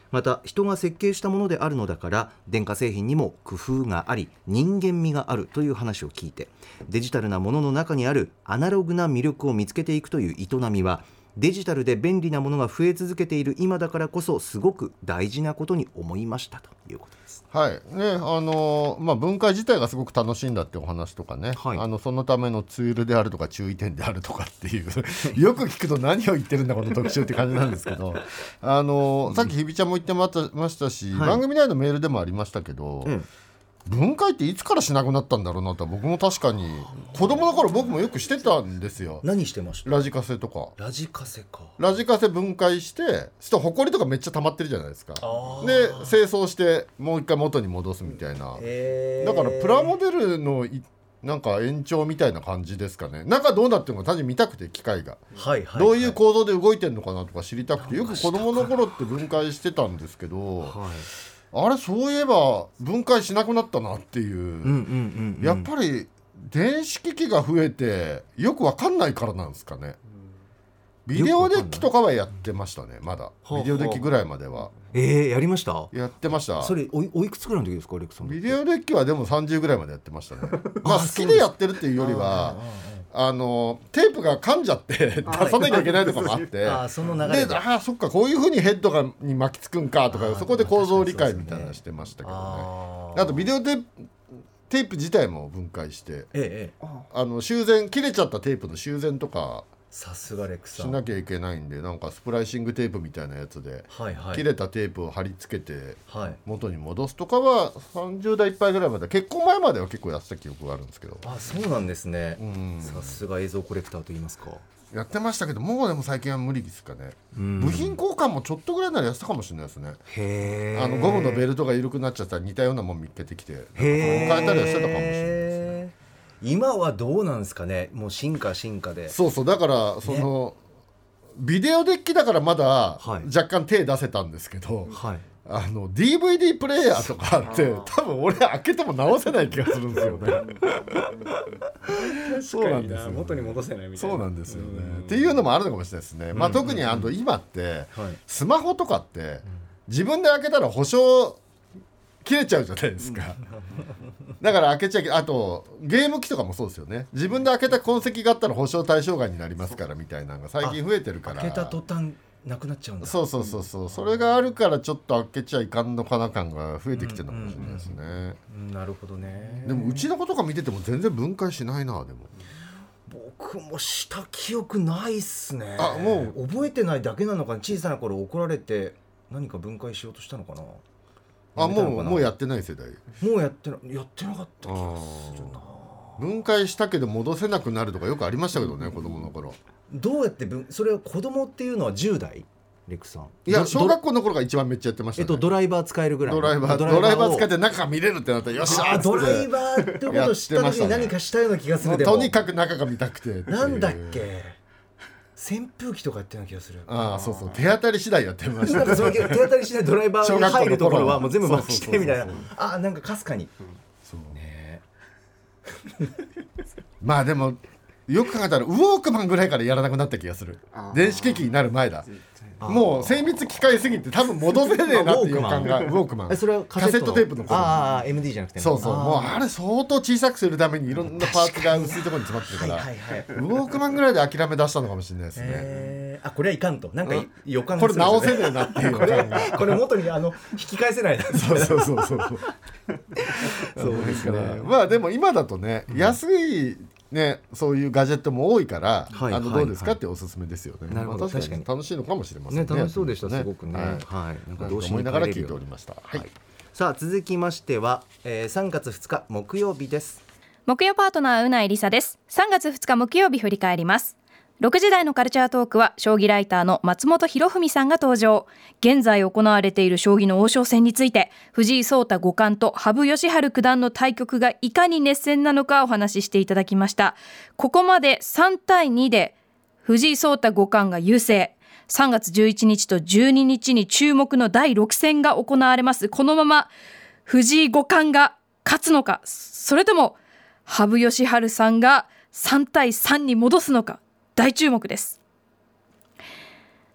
また人が設計したものであるのだから電化製品にも工夫があり人間味があるという話を聞いて、デジタルなものの中にあるアナログな魅力を見つけていくという営みはデジタルで便利なものが増え続けている今だからこそすごく大事なことに思いましたということです。 はいねあのまあ、分解自体がすごく楽しいんだってお話とかね、はい、あのそのためのツールであるとか注意点であるとかっていうよく聞くと何を言ってるんだこの特集って感じなんですけどあのさっきひびちゃんも言ってましたし、はい、番組内のメールでもありましたけど、うん、分解っていつからしなくなったんだろうなと僕も確かに子供の頃僕もよくしてたんですよ。 何してました？ ラジカセとか。 ラジカセか。 ラジカセ分解してそしてホコリとかめっちゃ溜まってるじゃないですか。で清掃してもう一回元に戻すみたいな。だからプラモデルのなんか延長みたいな感じですかね。中どうなってるのか単純に見たくて機械が、はいはいはい、どういう構造で動いてるのかなとか知りたくてよく子供の頃って分解してたんですけど、はい、あれそういえば分解しなくなったなっていう、うんうんうんうん、やっぱり電子機器が増えてよく分かんないからなんですかね。ビデオデッキとかはやってましたね。まだビデオデッキぐらいまでは。 えー、やりました？ やってました。 それ お い, おいくつぐらいの時ですかレクさん？ ビデオデッキはでもさんじゅうぐらいまでやってましたねまあ好きでやってるっていうよりはあのテープが噛んじゃって出さなきゃいけないとかもあってあその流れでであそっかこういう風にヘッドがに巻きつくんかとかそこで構造理解みたいなのしてましたけどね。あ, あとビデオテープテープ自体も分解して、ええ、あの修繕切れちゃったテープの修繕とかさすがレクさんしなきゃいけないんでなんかスプライシングテープみたいなやつで、はいはい、切れたテープを貼り付けて元に戻すとかはさんじゅう代いっぱいぐらいまで結婚前までは結構やってた記憶があるんですけど。 あそうなんですね。さすが映像コレクターといいますか。 やってましたけどもうでも最近は無理ですかね。部品交換もちょっとぐらいならやってたかもしれないですね。へあのゴムのベルトが緩くなっちゃったら似たようなもん見つけてきて変えたりはしてたかもしれないですね。 今はどうなんですかね。もう進化進化でそうそうだからその、ね、ビデオデッキだからまだ若干手出せたんですけど、はい、あの ディーブイディー プレイヤーとかって多分俺開けても直せない気がするんですよねそうなんですよ。元に戻せないみたいな。 そうなんですよね。っていうのもあるのかもしれないですね。まあ、特にあの今ってスマホとかって自分で開けたら保証切れちゃうじゃないですかだから開けちゃいけあとゲーム機とかもそうですよね。自分で開けた痕跡があったら保証対象外になりますからみたいなのが最近増えてるから。 開けた途端なくなっちゃうんだ。 そうそうそうそう、うん、それがあるからちょっと開けちゃいかんのかな感が増えてきてるのかもしれないですね、うんうんうん、なるほどね。 でもうちの子とか見てても全然分解しないな。でも僕もした記憶ないっすね。 あもう覚えてないだけなのかな。小さな頃怒られて何か分解しようとしたのかな。 あもうもうやってない世代。 もうやってなやってなかった気がするな。 分解したけど戻せなくなるとかよくありましたけどね、うん、子供の頃。 どうやって分それは子供っていうのはじゅう代レクさん。 いや小学校の頃が一番めっちゃやってましたね。 えっとドライバー使えるぐらい。 ドライバードライバー使って中見れるってなったらよっしゃーって。 ドライバーってことを知った時に何かしたような気がする。 でもとにかく中が見たくて。 なんだっけ。扇風機とかやってるような気がする。 ああそうそう手当たり次第やってました、ね、 なんかその手当たり次第ドライバーに入るところはもう全部回してみたいな。ああなんかかすかに、うん、そうねまあでもよく考えたらウォークマンぐらいからやらなくなった気がする。電子機器になる前だ。もう精密機械すぎて多分戻せねえなっていう予感が。ウォークマンえそれはカセットテープのああ エムディー じゃなくて、ね、 そうそうもうあれ相当小さくするためにいろんなパーツが薄いところに詰まってるから、はいはいはい、ウォークマンぐらいで諦め出したのかもしれないですね。 えー、あこれはいかんとなんか予感がするんですよね。これ直せねえなっていう予感がこれ元にあの引き返せないなそうそうそうそうそうですね。まあでも今だとね、うん、安いね、そういうガジェットも多いから、はい、あのどうですか、はい、っておすすめですよね。なるほど、まあ、確かに楽しいのかもしれませんね。 ね楽しそうでした、ね、すごくね、 はいはい、なんかどうし思いながら聞いておりました、はいはい、 さあ続きましては、えー、さんがつふつか木曜日です。 木曜パートナーうないりさです。さんがつふつか木曜日振り返ります。ろくじ台のカルチャートークは将棋ライターの松本博文さんが登場。現在行われている将棋の王将戦について藤井聡太五冠と羽生善治九段の対局がいかに熱戦なのかお話ししていただきました。ここまでさんたいにで藤井聡太五冠が優勢。さんがつじゅういちにちとじゅうににちに注目のだいろく戦が行われます。このまま藤井五冠が勝つのか、それとも羽生善治さんがさんたいさんに戻すのか大注目です。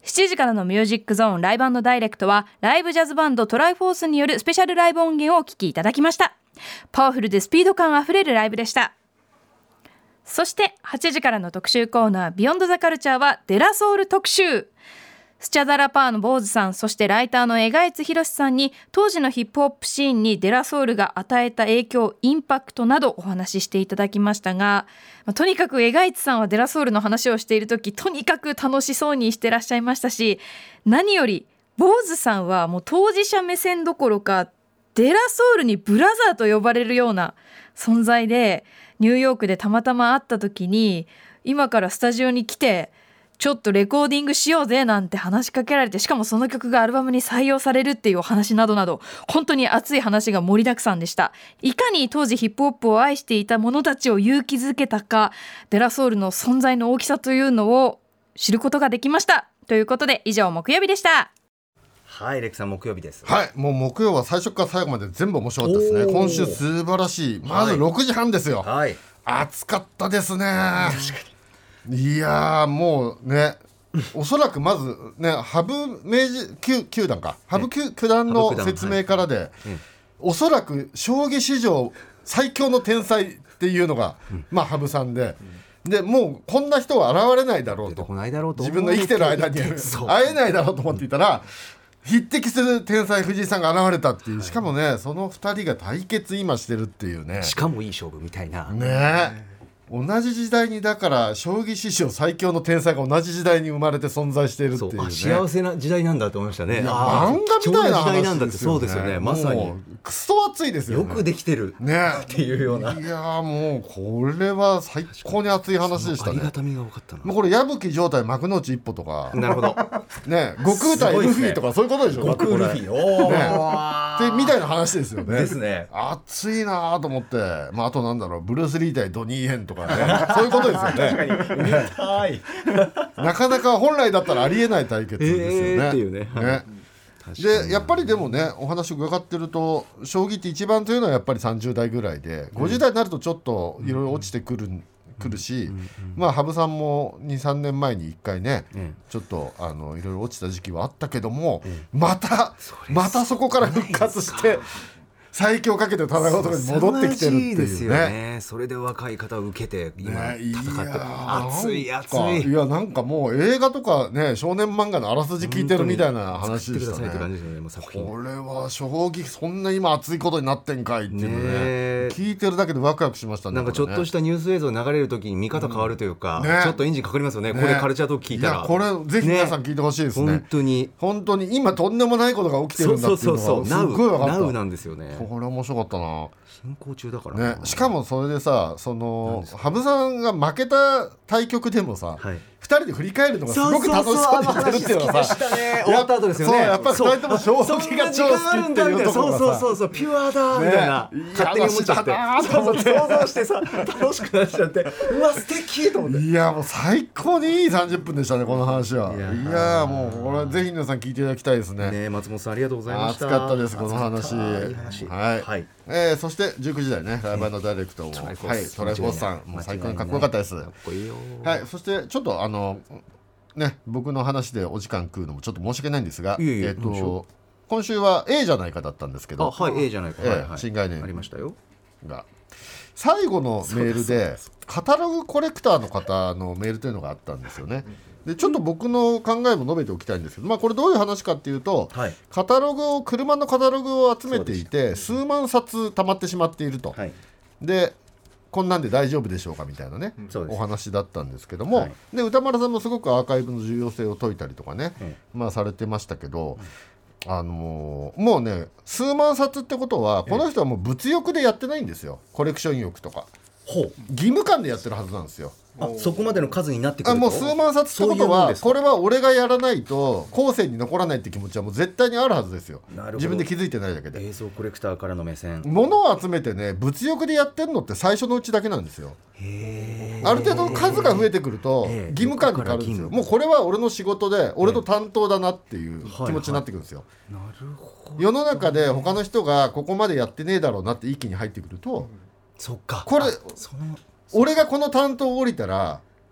しちじからのミュージックゾーンライブ&ダイレクトはライブジャズバンドトライフォースによるスペシャルライブ音源をお聴きいただきました。パワフルでスピード感あふれるライブでした。そしてはちじからの特集コーナービヨンドザカルチャーはデラソウル特集。スチャダラパーの坊主さん、そしてライターの江賀津博さんに当時のヒップホップシーンにデラソウルが与えた影響、インパクトなどお話ししていただきましたが、まあ、とにかく江賀津さんはデラソウルの話をしているときとにかく楽しそうにしてらっしゃいましたし、何より坊主さんはもう当事者目線どころかデラソウルにブラザーと呼ばれるような存在で、ニューヨークでたまたま会った時に今からスタジオに来てちょっとレコーディングしようぜなんて話しかけられて、しかもその曲がアルバムに採用されるっていうお話などなど本当に熱い話が盛りだくさんでした。いかに当時ヒップホップを愛していた者たちを勇気づけたか、デラソウルの存在の大きさというのを知ることができました。ということで以上木曜日でした。 はい、レクさん木曜日です。 はい、もう木曜は最初から最後まで全部面白かったですね。今週素晴らしい。まずろくじはんですよ。はい、暑かったですね。確かに。いやーもうねおそらくまずね羽生明治 9, 9段か羽生九段の説明からで、はい、おそらく将棋史上最強の天才っていうのが、うん、まあ羽生さんで、うん、でもうこんな人は現れないだろうと、自分が生きてる間に会えないだろうと思っていたら、匹敵する天才藤井さんが現れたっていう、しかもねそのふたりが対決今してるっていうね、 しかもいい勝負みたいなね。同じ時代にだから将棋史上最強の天才が同じ時代に生まれて存在しているっていうね、 幸せな時代なんだと思いましたね。 漫画みたいな話ですよね。 時代なんだって、そうですよね。まさにクソ熱いですよね。 よくできてるねっていうような。 いやもうこれは最高に熱い話でしたね。 ありがたみが多かったな。 もうこれ矢吹状態幕の内一歩とか、 なるほどね、悟空対ルフィとかそういうことでしょ。 悟空ルフィおー、ね、でみたいな話ですよね。 ですね。 熱いなと思って、まあ、あとなんだろうブルース・リー対ドニー・ヘンとかねそういうことですよね。 確かに見たいなかなか本来だったらありえない対決ですよね。 えー、っていうね。 ねでやっぱりでもねお話伺ってると将棋って一番というのはやっぱりさんじゅう代ぐらいで、うん、ごじゅう代になるとちょっといろいろ落ちてくる、うん、くるし、うんうん、まあ羽生さんも にさんねんまえにいっかいね、うん、ちょっとあのいろいろ落ちた時期はあったけども、うん、またまたそこから復活して最強かけて戦うところに戻ってきてるっていうね。 ですよね。それで若い方を受けて今戦って、ね、熱い熱い。 いやなんかもう映画とかね少年漫画のあらすじ聞いてるみたいな話でしたね。これは将棋そんな今熱いことになってんかいっていうの ね, ね聞いてるだけでワクワクしましたね。 なんかちょっとしたニュース映像流れるときに見方変わるというか、うんね、ちょっとエンジンかかりますよね。これカルチャートーク聞いたら、 いやこれぜひ皆さん聞いてほしいですね。 本当に本当に今とんでもないことが起きてるんだっていうのがすっごい分かった。 ナウなんですよね。 これ面白かったな。 進行中だからね、しかもそれでさその羽生さんが負けた対局でもさ、はい、ふたりで振り返るのがすごく楽しそうにしてるっていうのはさ、 終わった後ですよね。 そうやっぱりふたりとも将棋が超好きっていうところがさ、 そうそうそうピュアだみたいな、ね、勝手に思っちゃってそうそう想像してさ楽しくなっちゃってうわ素敵と思って、 いやもう最高にいいさんじゅっぷんでしたねこの話は。いや, いやもうこれはぜひ皆さん聞いていただきたいですね。 ね松本さんありがとうございました。 熱かったですこの話。いい話はい、はいえー、そしてじゅうくじ台ねライブ&ダイレクトも、はい、トライフォースさんもう最高にかっこよかったです。かっこいいよ。はい、そしてちょっとあのね僕の話でお時間食うのもちょっと申し訳ないんですが、いえいええー、と今週は A じゃないかだったんですけど、 あはい A じゃないか、 えーはいはい、 新概念ありましたよが最後のメールでカタログコレクターの方のメールというのがあったんですよね。でちょっと僕の考えも述べておきたいんですけど、まあ、これどういう話かっていうと、はい、カタログを車のカタログを集めていて数万冊溜まってしまっていると、はい、でこんなんで大丈夫でしょうかみたいなね、うん、お話だったんですけども、はい、で歌丸さんもすごくアーカイブの重要性を説いたりとかね、うんまあ、されてましたけど、うん、あのー、もうね数万冊ってことはこの人はもう物欲でやってないんですよ。コレクション欲とかほう義務感でやってるはずなんですよ。 あそこまでの数になってくるとあもう数万冊ってことはこれは俺がやらないと後世に残らないって気持ちはもう絶対にあるはずですよ。自分で気づいてないだけで。 映像コレクターからの目線、 物を集めてね物欲でやってるのって最初のうちだけなんですよ。へある程度の数が増えてくると義務感に変わるんですよ。もうこれは俺の仕事で俺の担当だなっていう気持ちになってくるんですよ。 なるほど。 世の中で他の人がここまでやってねえだろうなって一気に入ってくると、 そっかこれその俺がこの担当を降りたら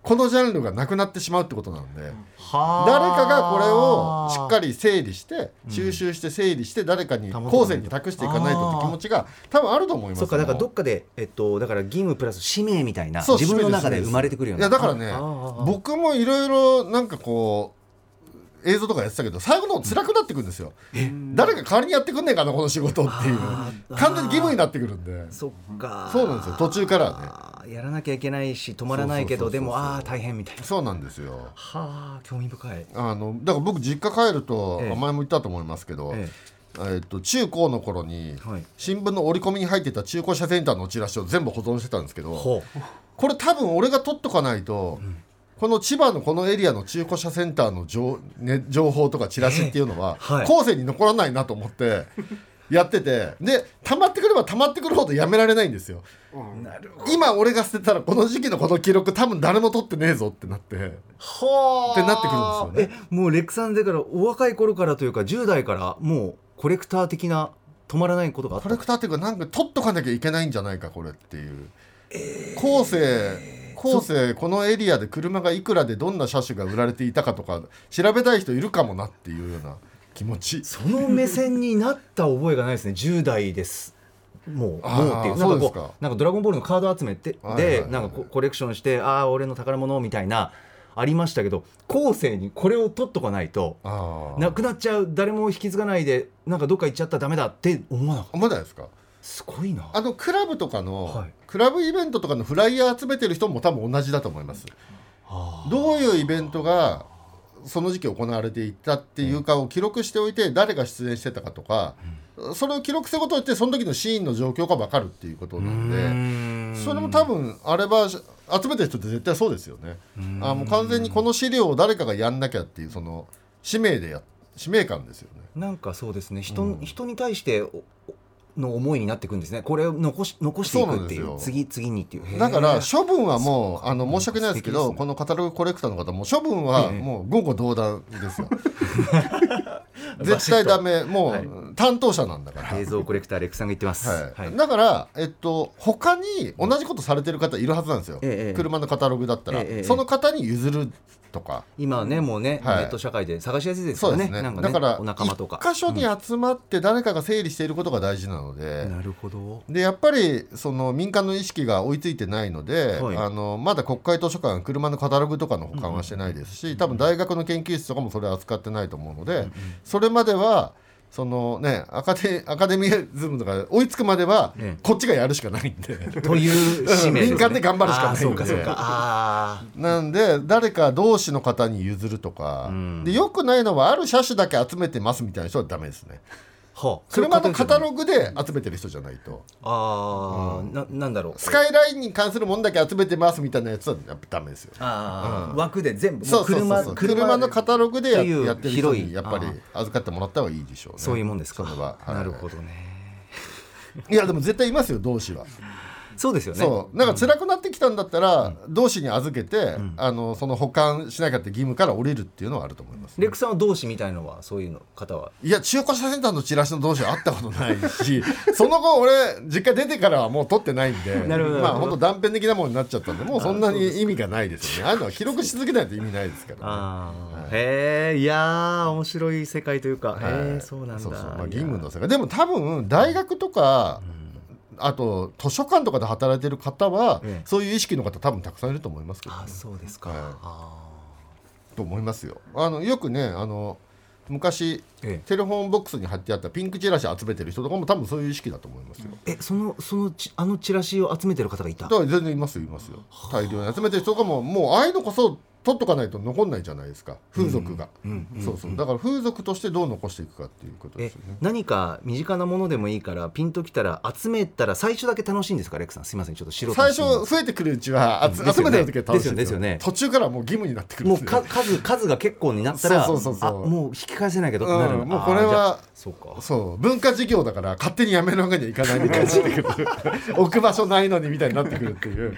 このジャンルがなくなってしまうってことなんで、誰かがこれをしっかり整理して収集して整理して誰かに後世に託していかないとって気持ちが多分あると思います。 そうか、だからどっかで、えっと、だから義務プラス使命みたいな自分の中で生まれてくるような。 いやだからね、僕もいろいろなんかこう映像とかやってたけど最後の方辛くなってくるんですよ。誰か代わりにやってくんねえかなこの仕事っていう完全に義務になってくるんで。 そっか、 そうなんですよ。途中からはねやらなきゃいけないし止まらないけどでもああ大変みたいな。 そうなんですよ。 はあ、興味深い。 あのだから僕実家帰ると、ええ、前も言ったと思いますけど、えええっと、中高の頃に、はい、新聞の折り込みに入ってた中古車センターのチラシを全部保存してたんですけど、これ多分俺が取っとかないと、うん、この千葉のこのエリアの中古車センターの情、ね、情報とかチラシっていうのは、えーはい、後世に残らないなと思ってやってて、で溜まってくれば溜まってくるほどやめられないんですよ、うん、なるほど。今俺が捨てたらこの時期のこの記録多分誰も取ってねえぞってなってはってなってくるんですよね。 えもうレックさんだからお若い頃からというかじゅう代からもうコレクター的な止まらないことがあった。 コレクターっていうかなんか取っとかなきゃいけないんじゃないかこれっていう、えー、後世後世このエリアで車がいくらでどんな車種が売られていたかとか調べたい人いるかもなっていうような気持ち。 その目線になった覚えがないですね。じゅう代ですもうもうっていうなんかこうなんかドラゴンボールのカード集めてで、はいはいはい、なんかコレクションしてああ俺の宝物みたいなありましたけど、後世にこれを取っとかないとなくなっちゃう、誰も引き継がないでなんかどっか行っちゃったらダメだって思わなかった。 思わないですか。 すごいな。 あのクラブとかの、はい、クラブイベントとかのフライヤー集めてる人も多分同じだと思います。どういうイベントがその時期行われていたっていうかを記録しておいて誰が出演してたかとか、うん、それを記録することによってその時のシーンの状況が分かるっていうことなんで、それも多分あれば集めてる人って絶対そうですよね。あもう完全にこの資料を誰かがやんなきゃっていうその使命でや使命感ですよね。 なんかそうですね 人,、うん、人に対しての思いになっていくんですね。これを残し、残していくっていう次次にっていう。 だから処分はもうあの申し訳ないですけど、うんね、このカタログコレクターの方も処分はもう言語道断ですよ絶対ダメ。もう担当者なんだから。 映像コレクターレックさんが言ってます、 はいはい、だから、えっと、他に同じことされてる方いるはずなんですよ、ええ、車のカタログだったら、ええ、その方に譲るとか。 今ねもうね、はい、ネット社会で探しやすいですよね。そうですね。なんかね、だからお仲間とか一箇所に集まって誰かが整理していることが大事なので、 うん、なるほど。 でやっぱりその民間の意識が追いついてないので、はい、あのまだ国会図書館車のカタログとかの保管はしてないですし、うん、多分大学の研究室とかもそれは扱ってないと思うので、うん、それまではそのね、アカデ、アカデミズムとか追いつくまではこっちがやるしかないんで、 うん、という使命ですね。 民間で頑張るしかないんで。 そうかそうか。 あなんで誰か同士の方に譲るとか、うん、でよくないのはある車種だけ集めてますみたいな人はダメですね。はあ、車のカタログで集めてる人じゃないと。 あ、うん、な, なんだろうスカイラインに関するものだけ集めてますみたいなやつはやっぱダメですよ。 あ、うん、枠で全部そうそうそうそう 車, 車のカタログで や, やってる人にやっぱり預かってもらった方がいいでしょうね。 そういうもんですか。 それは、はい、 なるほどね。 いやでも絶対いますよ同志は。 そうですよね。 そうなんか辛くなってきたんだったら、うん、同志に預けて、うん、あのその保管しなきゃって義務から降りるっていうのはあると思います、ね。 レックさんは同志みたいのはそういうの方はいや中古車センターのチラシの同志は会ったことないしその後俺実家出てからはもう取ってないんでなるほどまあ本当断片的なものになっちゃったんでもうそんなに意味がないですよね。ああいうのは記録し続けないと意味ないですからね。あ、 はい、へえいやー面白い世界というか、はい、へえそうなんだ。 そうそう、まあ、義務の世界でも多分大学とか、うんあと図書館とかで働いてる方は、ええ、そういう意識の方多分たくさんいると思いますけど、ね、 あそうですか、 はい、あと思いますよ。あのよくねあの昔、ええ、テレフォンボックスに貼ってあったピンクチラシ集めてる人とかも多分そういう意識だと思いますよ。 えそのそのあのチラシを集めてる方がいた？ だから全然いますよいますよ。大量に集めてる人とかももうああいうのこそ取っとかないと残んないじゃないですか風俗が、うんうん、そうそうだから風俗としてどう残していくかっていうことですよね。 え何か身近なものでもいいからピンときたら集めたら最初だけ楽しいんですかレックさん。すいませんちょっと素人最初増えてくるうちは、うん、集めてる時は楽しいですよね。 途中からもう義務になってくるんですよ。 もうか 数, 数が結構になったらそうそうそうそうあもう引き返せないけどってなる、 うん、もうこれはそうかそう文化事業だから勝手にやめるわけにはいかないみたいになってくる置く場所ないのにみたいになってくるっていう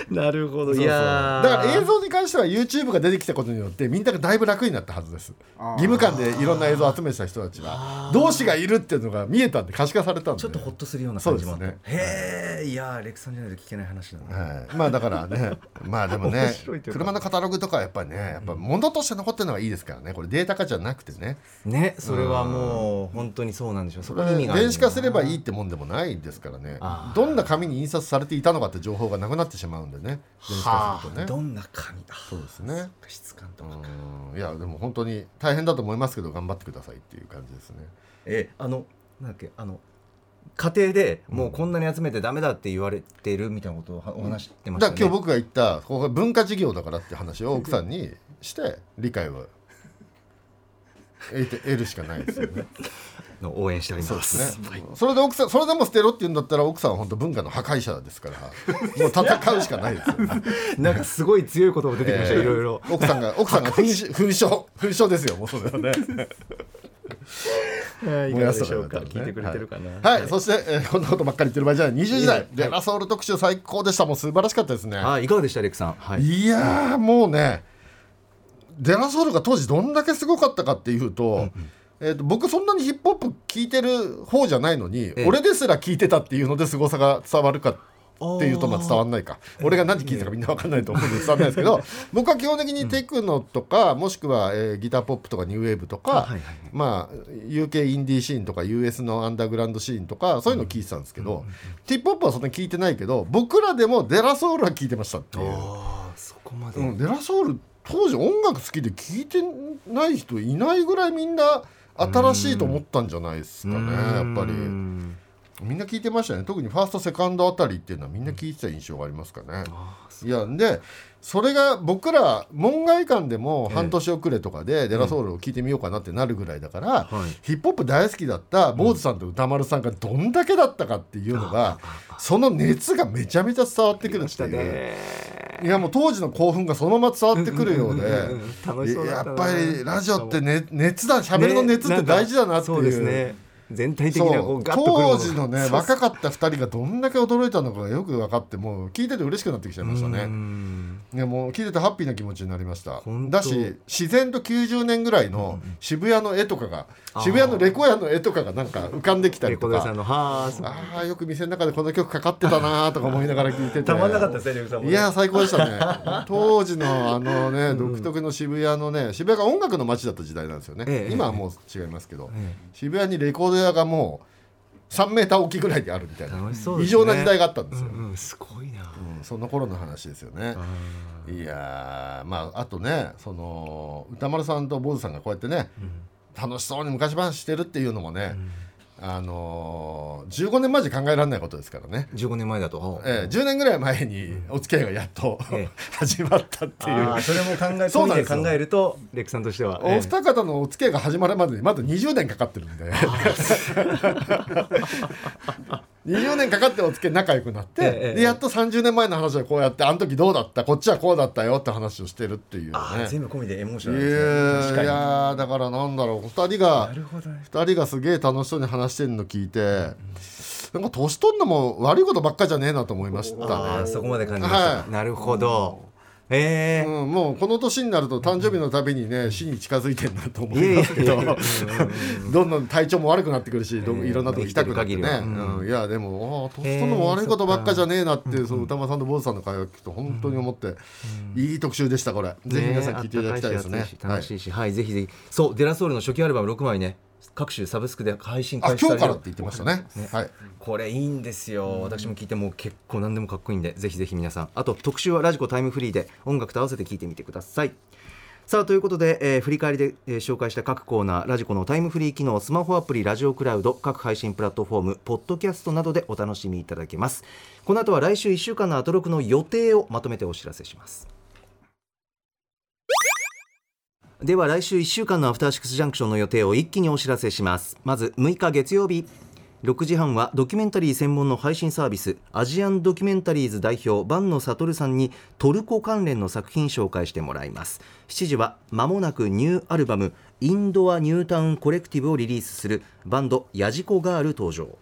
なるほど。 そうそう、 いやだから映像に関しては YouTube が出てきたことによってみんながだいぶ楽になったはずです。義務感でいろんな映像を集めてた人たちは同志がいるっていうのが見えたんで可視化されたんでちょっとホッとするような感じもあって、 ね、 へえ、いやレクさんじゃないと聞けない話だな、 はい、まあだからねまあでもね車のカタログとかやっぱりねやっぱ物として残ってるのがいいですからね。これデータ化じゃなくてねね、それはもう本当にそうなんでしょう。そこに意味がある。 電子化すればいいってもんでもないですからね。どんな紙に印刷されていたのかって情報がなくなってしまうんでね、電子化するとね。 どんな紙、 そうですね、 質感とか、 いやでも本当に大変だと思いますけど頑張ってくださいっていう感じですね。 えあのなんだっけ、あの家庭でもうこんなに集めてダメだって言われてるみたいなことをお話してましたね。 だから今日僕が言ったここが文化事業だからって話を奥さんにして理解を得て得るしかないですよね。 の応援しております。 そうですね、はい、それで奥さんそれでも捨てろって言うんだったら奥さんは本当文化の破壊者ですからもう戦うしかないですよね。 なんかすごい強い言葉出てきました、えー、いろいろ奥さんが奥さんが紛争紛争ですよもうそれはね。 いかがでしょうか、ね、聞いてくれてるかな。 はい、はい、そして、えー、こんなことばっかり言ってる場合じゃない。にじゅうじだいデラソウル特集最高でした。もう素晴らしかったですね。 あ、いかがでしたレクさん。はい、 いやもうねデラソウルが当時どんだけすごかったかっていうと、うんうん、えー、と僕そんなにヒップホップ聴いてる方じゃないのに、ええ、俺ですら聴いてたっていうので凄さが伝わるかっていうとまあ伝わんないか。俺が何聴いてたかみんな分かんないと思うんで伝わんないですけど僕は基本的にテクノとか、うん、もしくは、えー、ギターポップとかニューウェーブとか、はいはいはい、まあ ユーケー インディーシーンとか ユーエス のアンダーグラウンドシーンとかそういうのを聴いてたんですけど、うんうんうん、ヒップホップはそんなに聴いてないけど僕らでもデラソウルは聴いてましたっていう。 あ、そこまで、 うん、デラソウル当時音楽好きで聴いてない人いないぐらいみんな新しいと思ったんじゃないですかね。やっぱりみんな聞いてましたね。特にファーストセカンドあたりっていうのはみんな聞いてた印象がありますかね。いやでそれが僕ら門外漢でも半年遅れとかでデラソウルを聞いてみようかなってなるぐらいだから、うん、ヒップホップ大好きだった坊主さんと歌丸さんがどんだけだったかっていうのが、うん、その熱がめちゃめちゃ伝わってくるっていう、いやもう当時の興奮がそのまま伝わってくるようで、やっぱりラジオって、ね、熱だ、喋りの熱って大事だなっていう、ね、そうですね、全体的なこうガッとくるもの当時のね若かったふたりがどんだけ驚いたのかがよく分かって、もう聞いてて嬉しくなってきちゃいましたね。いやもう聞いててハッピーな気持ちになりました。だし自然ときゅうじゅうねんぐらいの渋谷の絵とかが、うん、渋谷のレコヤの絵とかがなんか浮かんできたりとか、レコヤさんのはああよく店の中でこの曲かかってたなとか思いながら聞いててたまんなかったですね、レクさんもね。いや最高でしたね当時のあのね、うん、独特の渋谷のね、渋谷が音楽の街だった時代なんですよね、ええ、今はもう違いますけど、ええ、渋谷にレコード屋がもうさんメーター大きいぐらいであるみたいな、ね、異常な時代があったんですよ、 うんうん、すごいな、 うん、その頃の話ですよね。いやまああとね、その歌丸さんと坊主さんがこうやってね、うん、楽しそうに昔話してるっていうのもね、うん、あのー、じゅうごねんまえじゃ考えられないことですからね。 じゅうごねんまえだと、 ええ、じゅうねんぐらい前にお付き合いがやっと、うん、始まったっていう、 あそれも考えそうなんですよ。考えるとレックさんとしては、 お二方のお付き合いが始まるまでにまだにじゅうねんかかってるんでにじゅうねんかかってお付き合い仲良くなって、ええ、でやっとさんじゅうねんまえの話はこうやって、あの時どうだった、こっちはこうだったよって話をしてるっていうね。 あ全部込みでエモーショナルですね。 いやだからなんだろう、ふたりがふたりがすげえ楽しそうに話してるの聞いて、うん、なんか年取るのも悪いことばっかじゃねえなと思いましたね。 あそこまで感じました、はい、なるほど、えーうん、もうこの年になると誕生日のたびにね、死に近づいてるなと思いますけど、どんどん体調も悪くなってくるし、いろんなとこ行きたくなってね、うん、いやでも年取るのも悪いことばっかじゃねえなって、えー、その歌間さんと坊主さんの会話を聞くと本当に思って、うん、いい特集でしたこれ、ぜひ皆さん聞いていただきたいですね。 楽しいし、はい、はい、ぜひぜひ。そうデラソウルの初期アルバムろくまいね、各種サブスクで配信開始される。 あ、今日からって言ってましたね。ね、はい、 これいいんですよ。私も聞いてもう結構何でもかっこいいんで、ぜひぜひ皆さん、あと特集はラジコタイムフリーで音楽と合わせて聞いてみてください。さあということで、えー、振り返りで、えー、紹介した各コーナー、ラジコのタイムフリー機能、スマホアプリラジオクラウド、各配信プラットフォーム、ポッドキャストなどでお楽しみいただけます。この後は来週いっしゅうかんのアトロクの予定をまとめてお知らせします。では来週いっしゅうかんのアフターシックスジャンクションの予定を一気にお知らせします。まずむいか月曜日ろくじはんはドキュメンタリー専門の配信サービスアジアンドキュメンタリーズ代表坂野悟さんにトルコ関連の作品紹介してもらいます。しちじは間もなくニューアルバムインドアニュータウンコレクティブをリリースするバンドヤジコガール登場。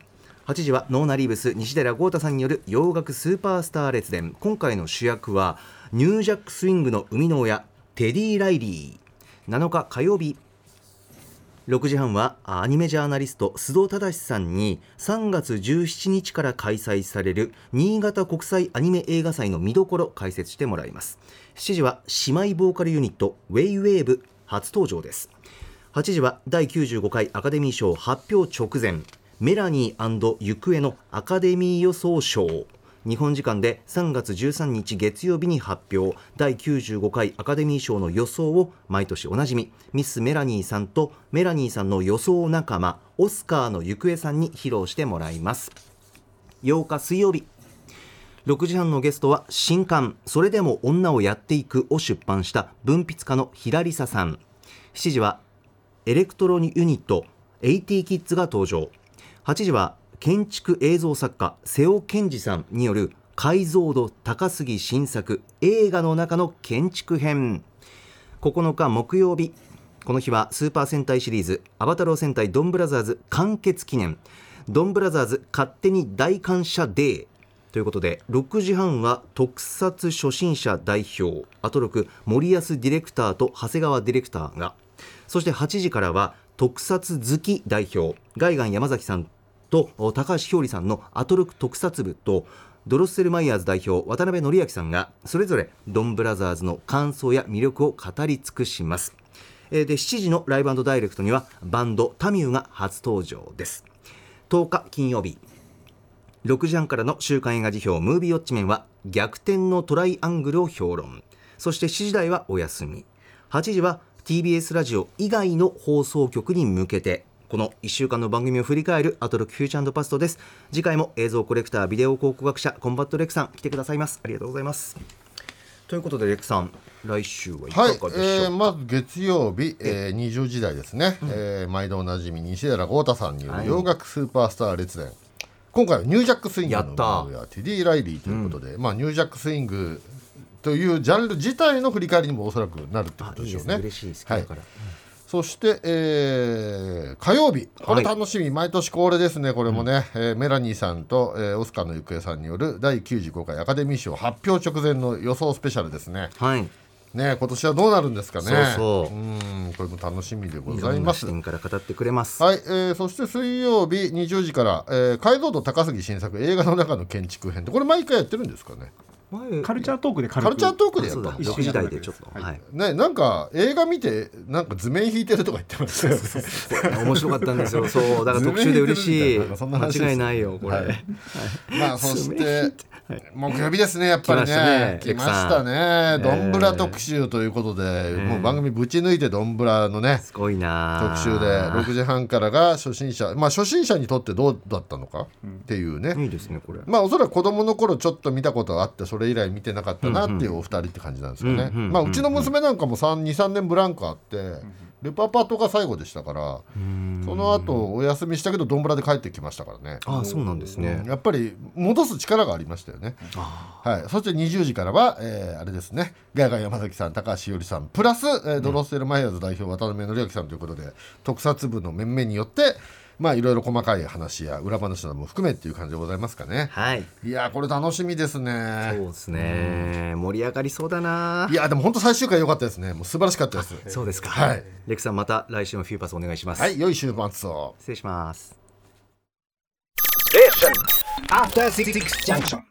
はちじはノーナリーブス西寺豪太さんによる洋楽スーパースター列伝。今回の主役はニュージャックスイングの生みの親テディ・ライリー。なのか火曜日ろくじはんはアニメジャーナリスト須藤忠さんにさんがつじゅうしちにちから開催される新潟国際アニメ映画祭の見どころ解説してもらいます。しちじは姉妹ボーカルユニットウェイウェーブ初登場です。はちじはだいきゅうじゅうごかいアカデミー賞発表直前、メラニー&行方のアカデミー予想賞。日本時間でさんがつじゅうさんにち月曜日に発表。だいきゅうじゅうごかいアカデミー賞の予想を毎年おなじみミスメラニーさんとメラニーさんの予想仲間オスカーの行方さんに披露してもらいます。ようか水曜日ろくじはんのゲストは新刊それでも女をやっていくを出版した文筆家の平梨沙さん。しちじはエレクトロユニットエイティキッズが登場。はちじは建築映像作家瀬尾健二さんによる解像度高すぎ新作映画の中の建築編。ここのか木曜日、この日はスーパー戦隊シリーズアバタロー戦隊ドンブラザーズ完結記念ドンブラザーズ勝手に大感謝デーということで、ろくじはんは特撮初心者代表アトロク森安ディレクターと長谷川ディレクターが、そしてはちじからは特撮好き代表ガイガン山崎さんと高橋ひょうりさんのアトロク特撮部とドロッセルマイヤーズ代表渡辺則明さんがそれぞれドンブラザーズの感想や魅力を語り尽くします。でしちじのライブ&ダイレクトにはバンドタミューが初登場です。とおか金曜日ろくじはんからの週刊映画辞表ムービーウォッチメンは逆転のトライアングルを評論。そしてしちじ台はお休み。はちじは ティービーエス ラジオ以外の放送局に向けてこのいっしゅうかんの番組を振り返るアトロックフューチャー&パストです。次回も映像コレクタービデオ考古学者コンバットレックさん来てくださいます。ありがとうございます。ということでレックさん来週はいかがでしょうか。はい、 えー、まず月曜日、えー、にじゅうじ台ですね、うんえー、毎度おなじみ西寺豪太さんによる洋楽スーパースター列伝、はい、今回はニュージャックスイングの生やテディ・ライリーということで、うんまあ、ニュージャックスイングというジャンル自体の振り返りにもおそらくなるってことでしょうね。 いいですね、嬉しいです、はい、からそして、えー、火曜日これ楽しみ、はい、毎年恒例ですねこれもね、うんえー、メラニーさんと、えー、オスカーの行方さんによるだいきゅうじゅうごかいアカデミー賞発表直前の予想スペシャルですね。 はいね、今年はどうなるんですかね。 そうそううんこれも楽しみでございます。 いろんな視点から語ってくれます。 はい、えー、そして水曜日にじゅうじから、えー、解像度高すぎ新作映画の中の建築編ってこれ毎回やってるんですかね。 カルチャートークで軽くカルチャートークでやったのろくじ台でちょっと、 はい、ね、なんか映画見てなんか図面引いてるとか言ってましたよ面白かったんですよ。そうだから特集で嬉しい間違いないよこれ、はいはい、 まあそして木曜日ですねやっぱりね来ましたねドンブラ特集ということで、えー、もう番組ぶち抜いてドンブラのねすごいな特集でろくじはんからが初心者まあ初心者にとってどうだったのかっていうね、 うん、いいですねこれ。 まあおそらく子供の頃ちょっと見たことがあってそれ以来見てなかったなっていうお二人って感じなんですよね。まあうちの娘なんかもにさんねんブランクあってルパパとが最後でしたからその後お休みしたけどドンブラで帰ってきましたからね。 ああそうなんですね。 やっぱり戻す力がありましたよね。はい、そしてにじゅうじからは、えー、あれですねガヤガヤ山崎さん高橋ひよりさんプラス、えー、ドロッセルマイヤーズ代表渡辺則明さんということで特撮部の面々によってまあいろいろ細かい話や裏話なども含めっていう感じでございますかね。 はい。 いやこれ楽しみですね。 そうですね。盛り上がりそうだな。 いやでも本当最終回良かったですね。もう素晴らしかったです。 そうですか。 はい。 レクさんまた来週もフューパスお願いします。 はい。良い週末を。 失礼します。 After Six Junction.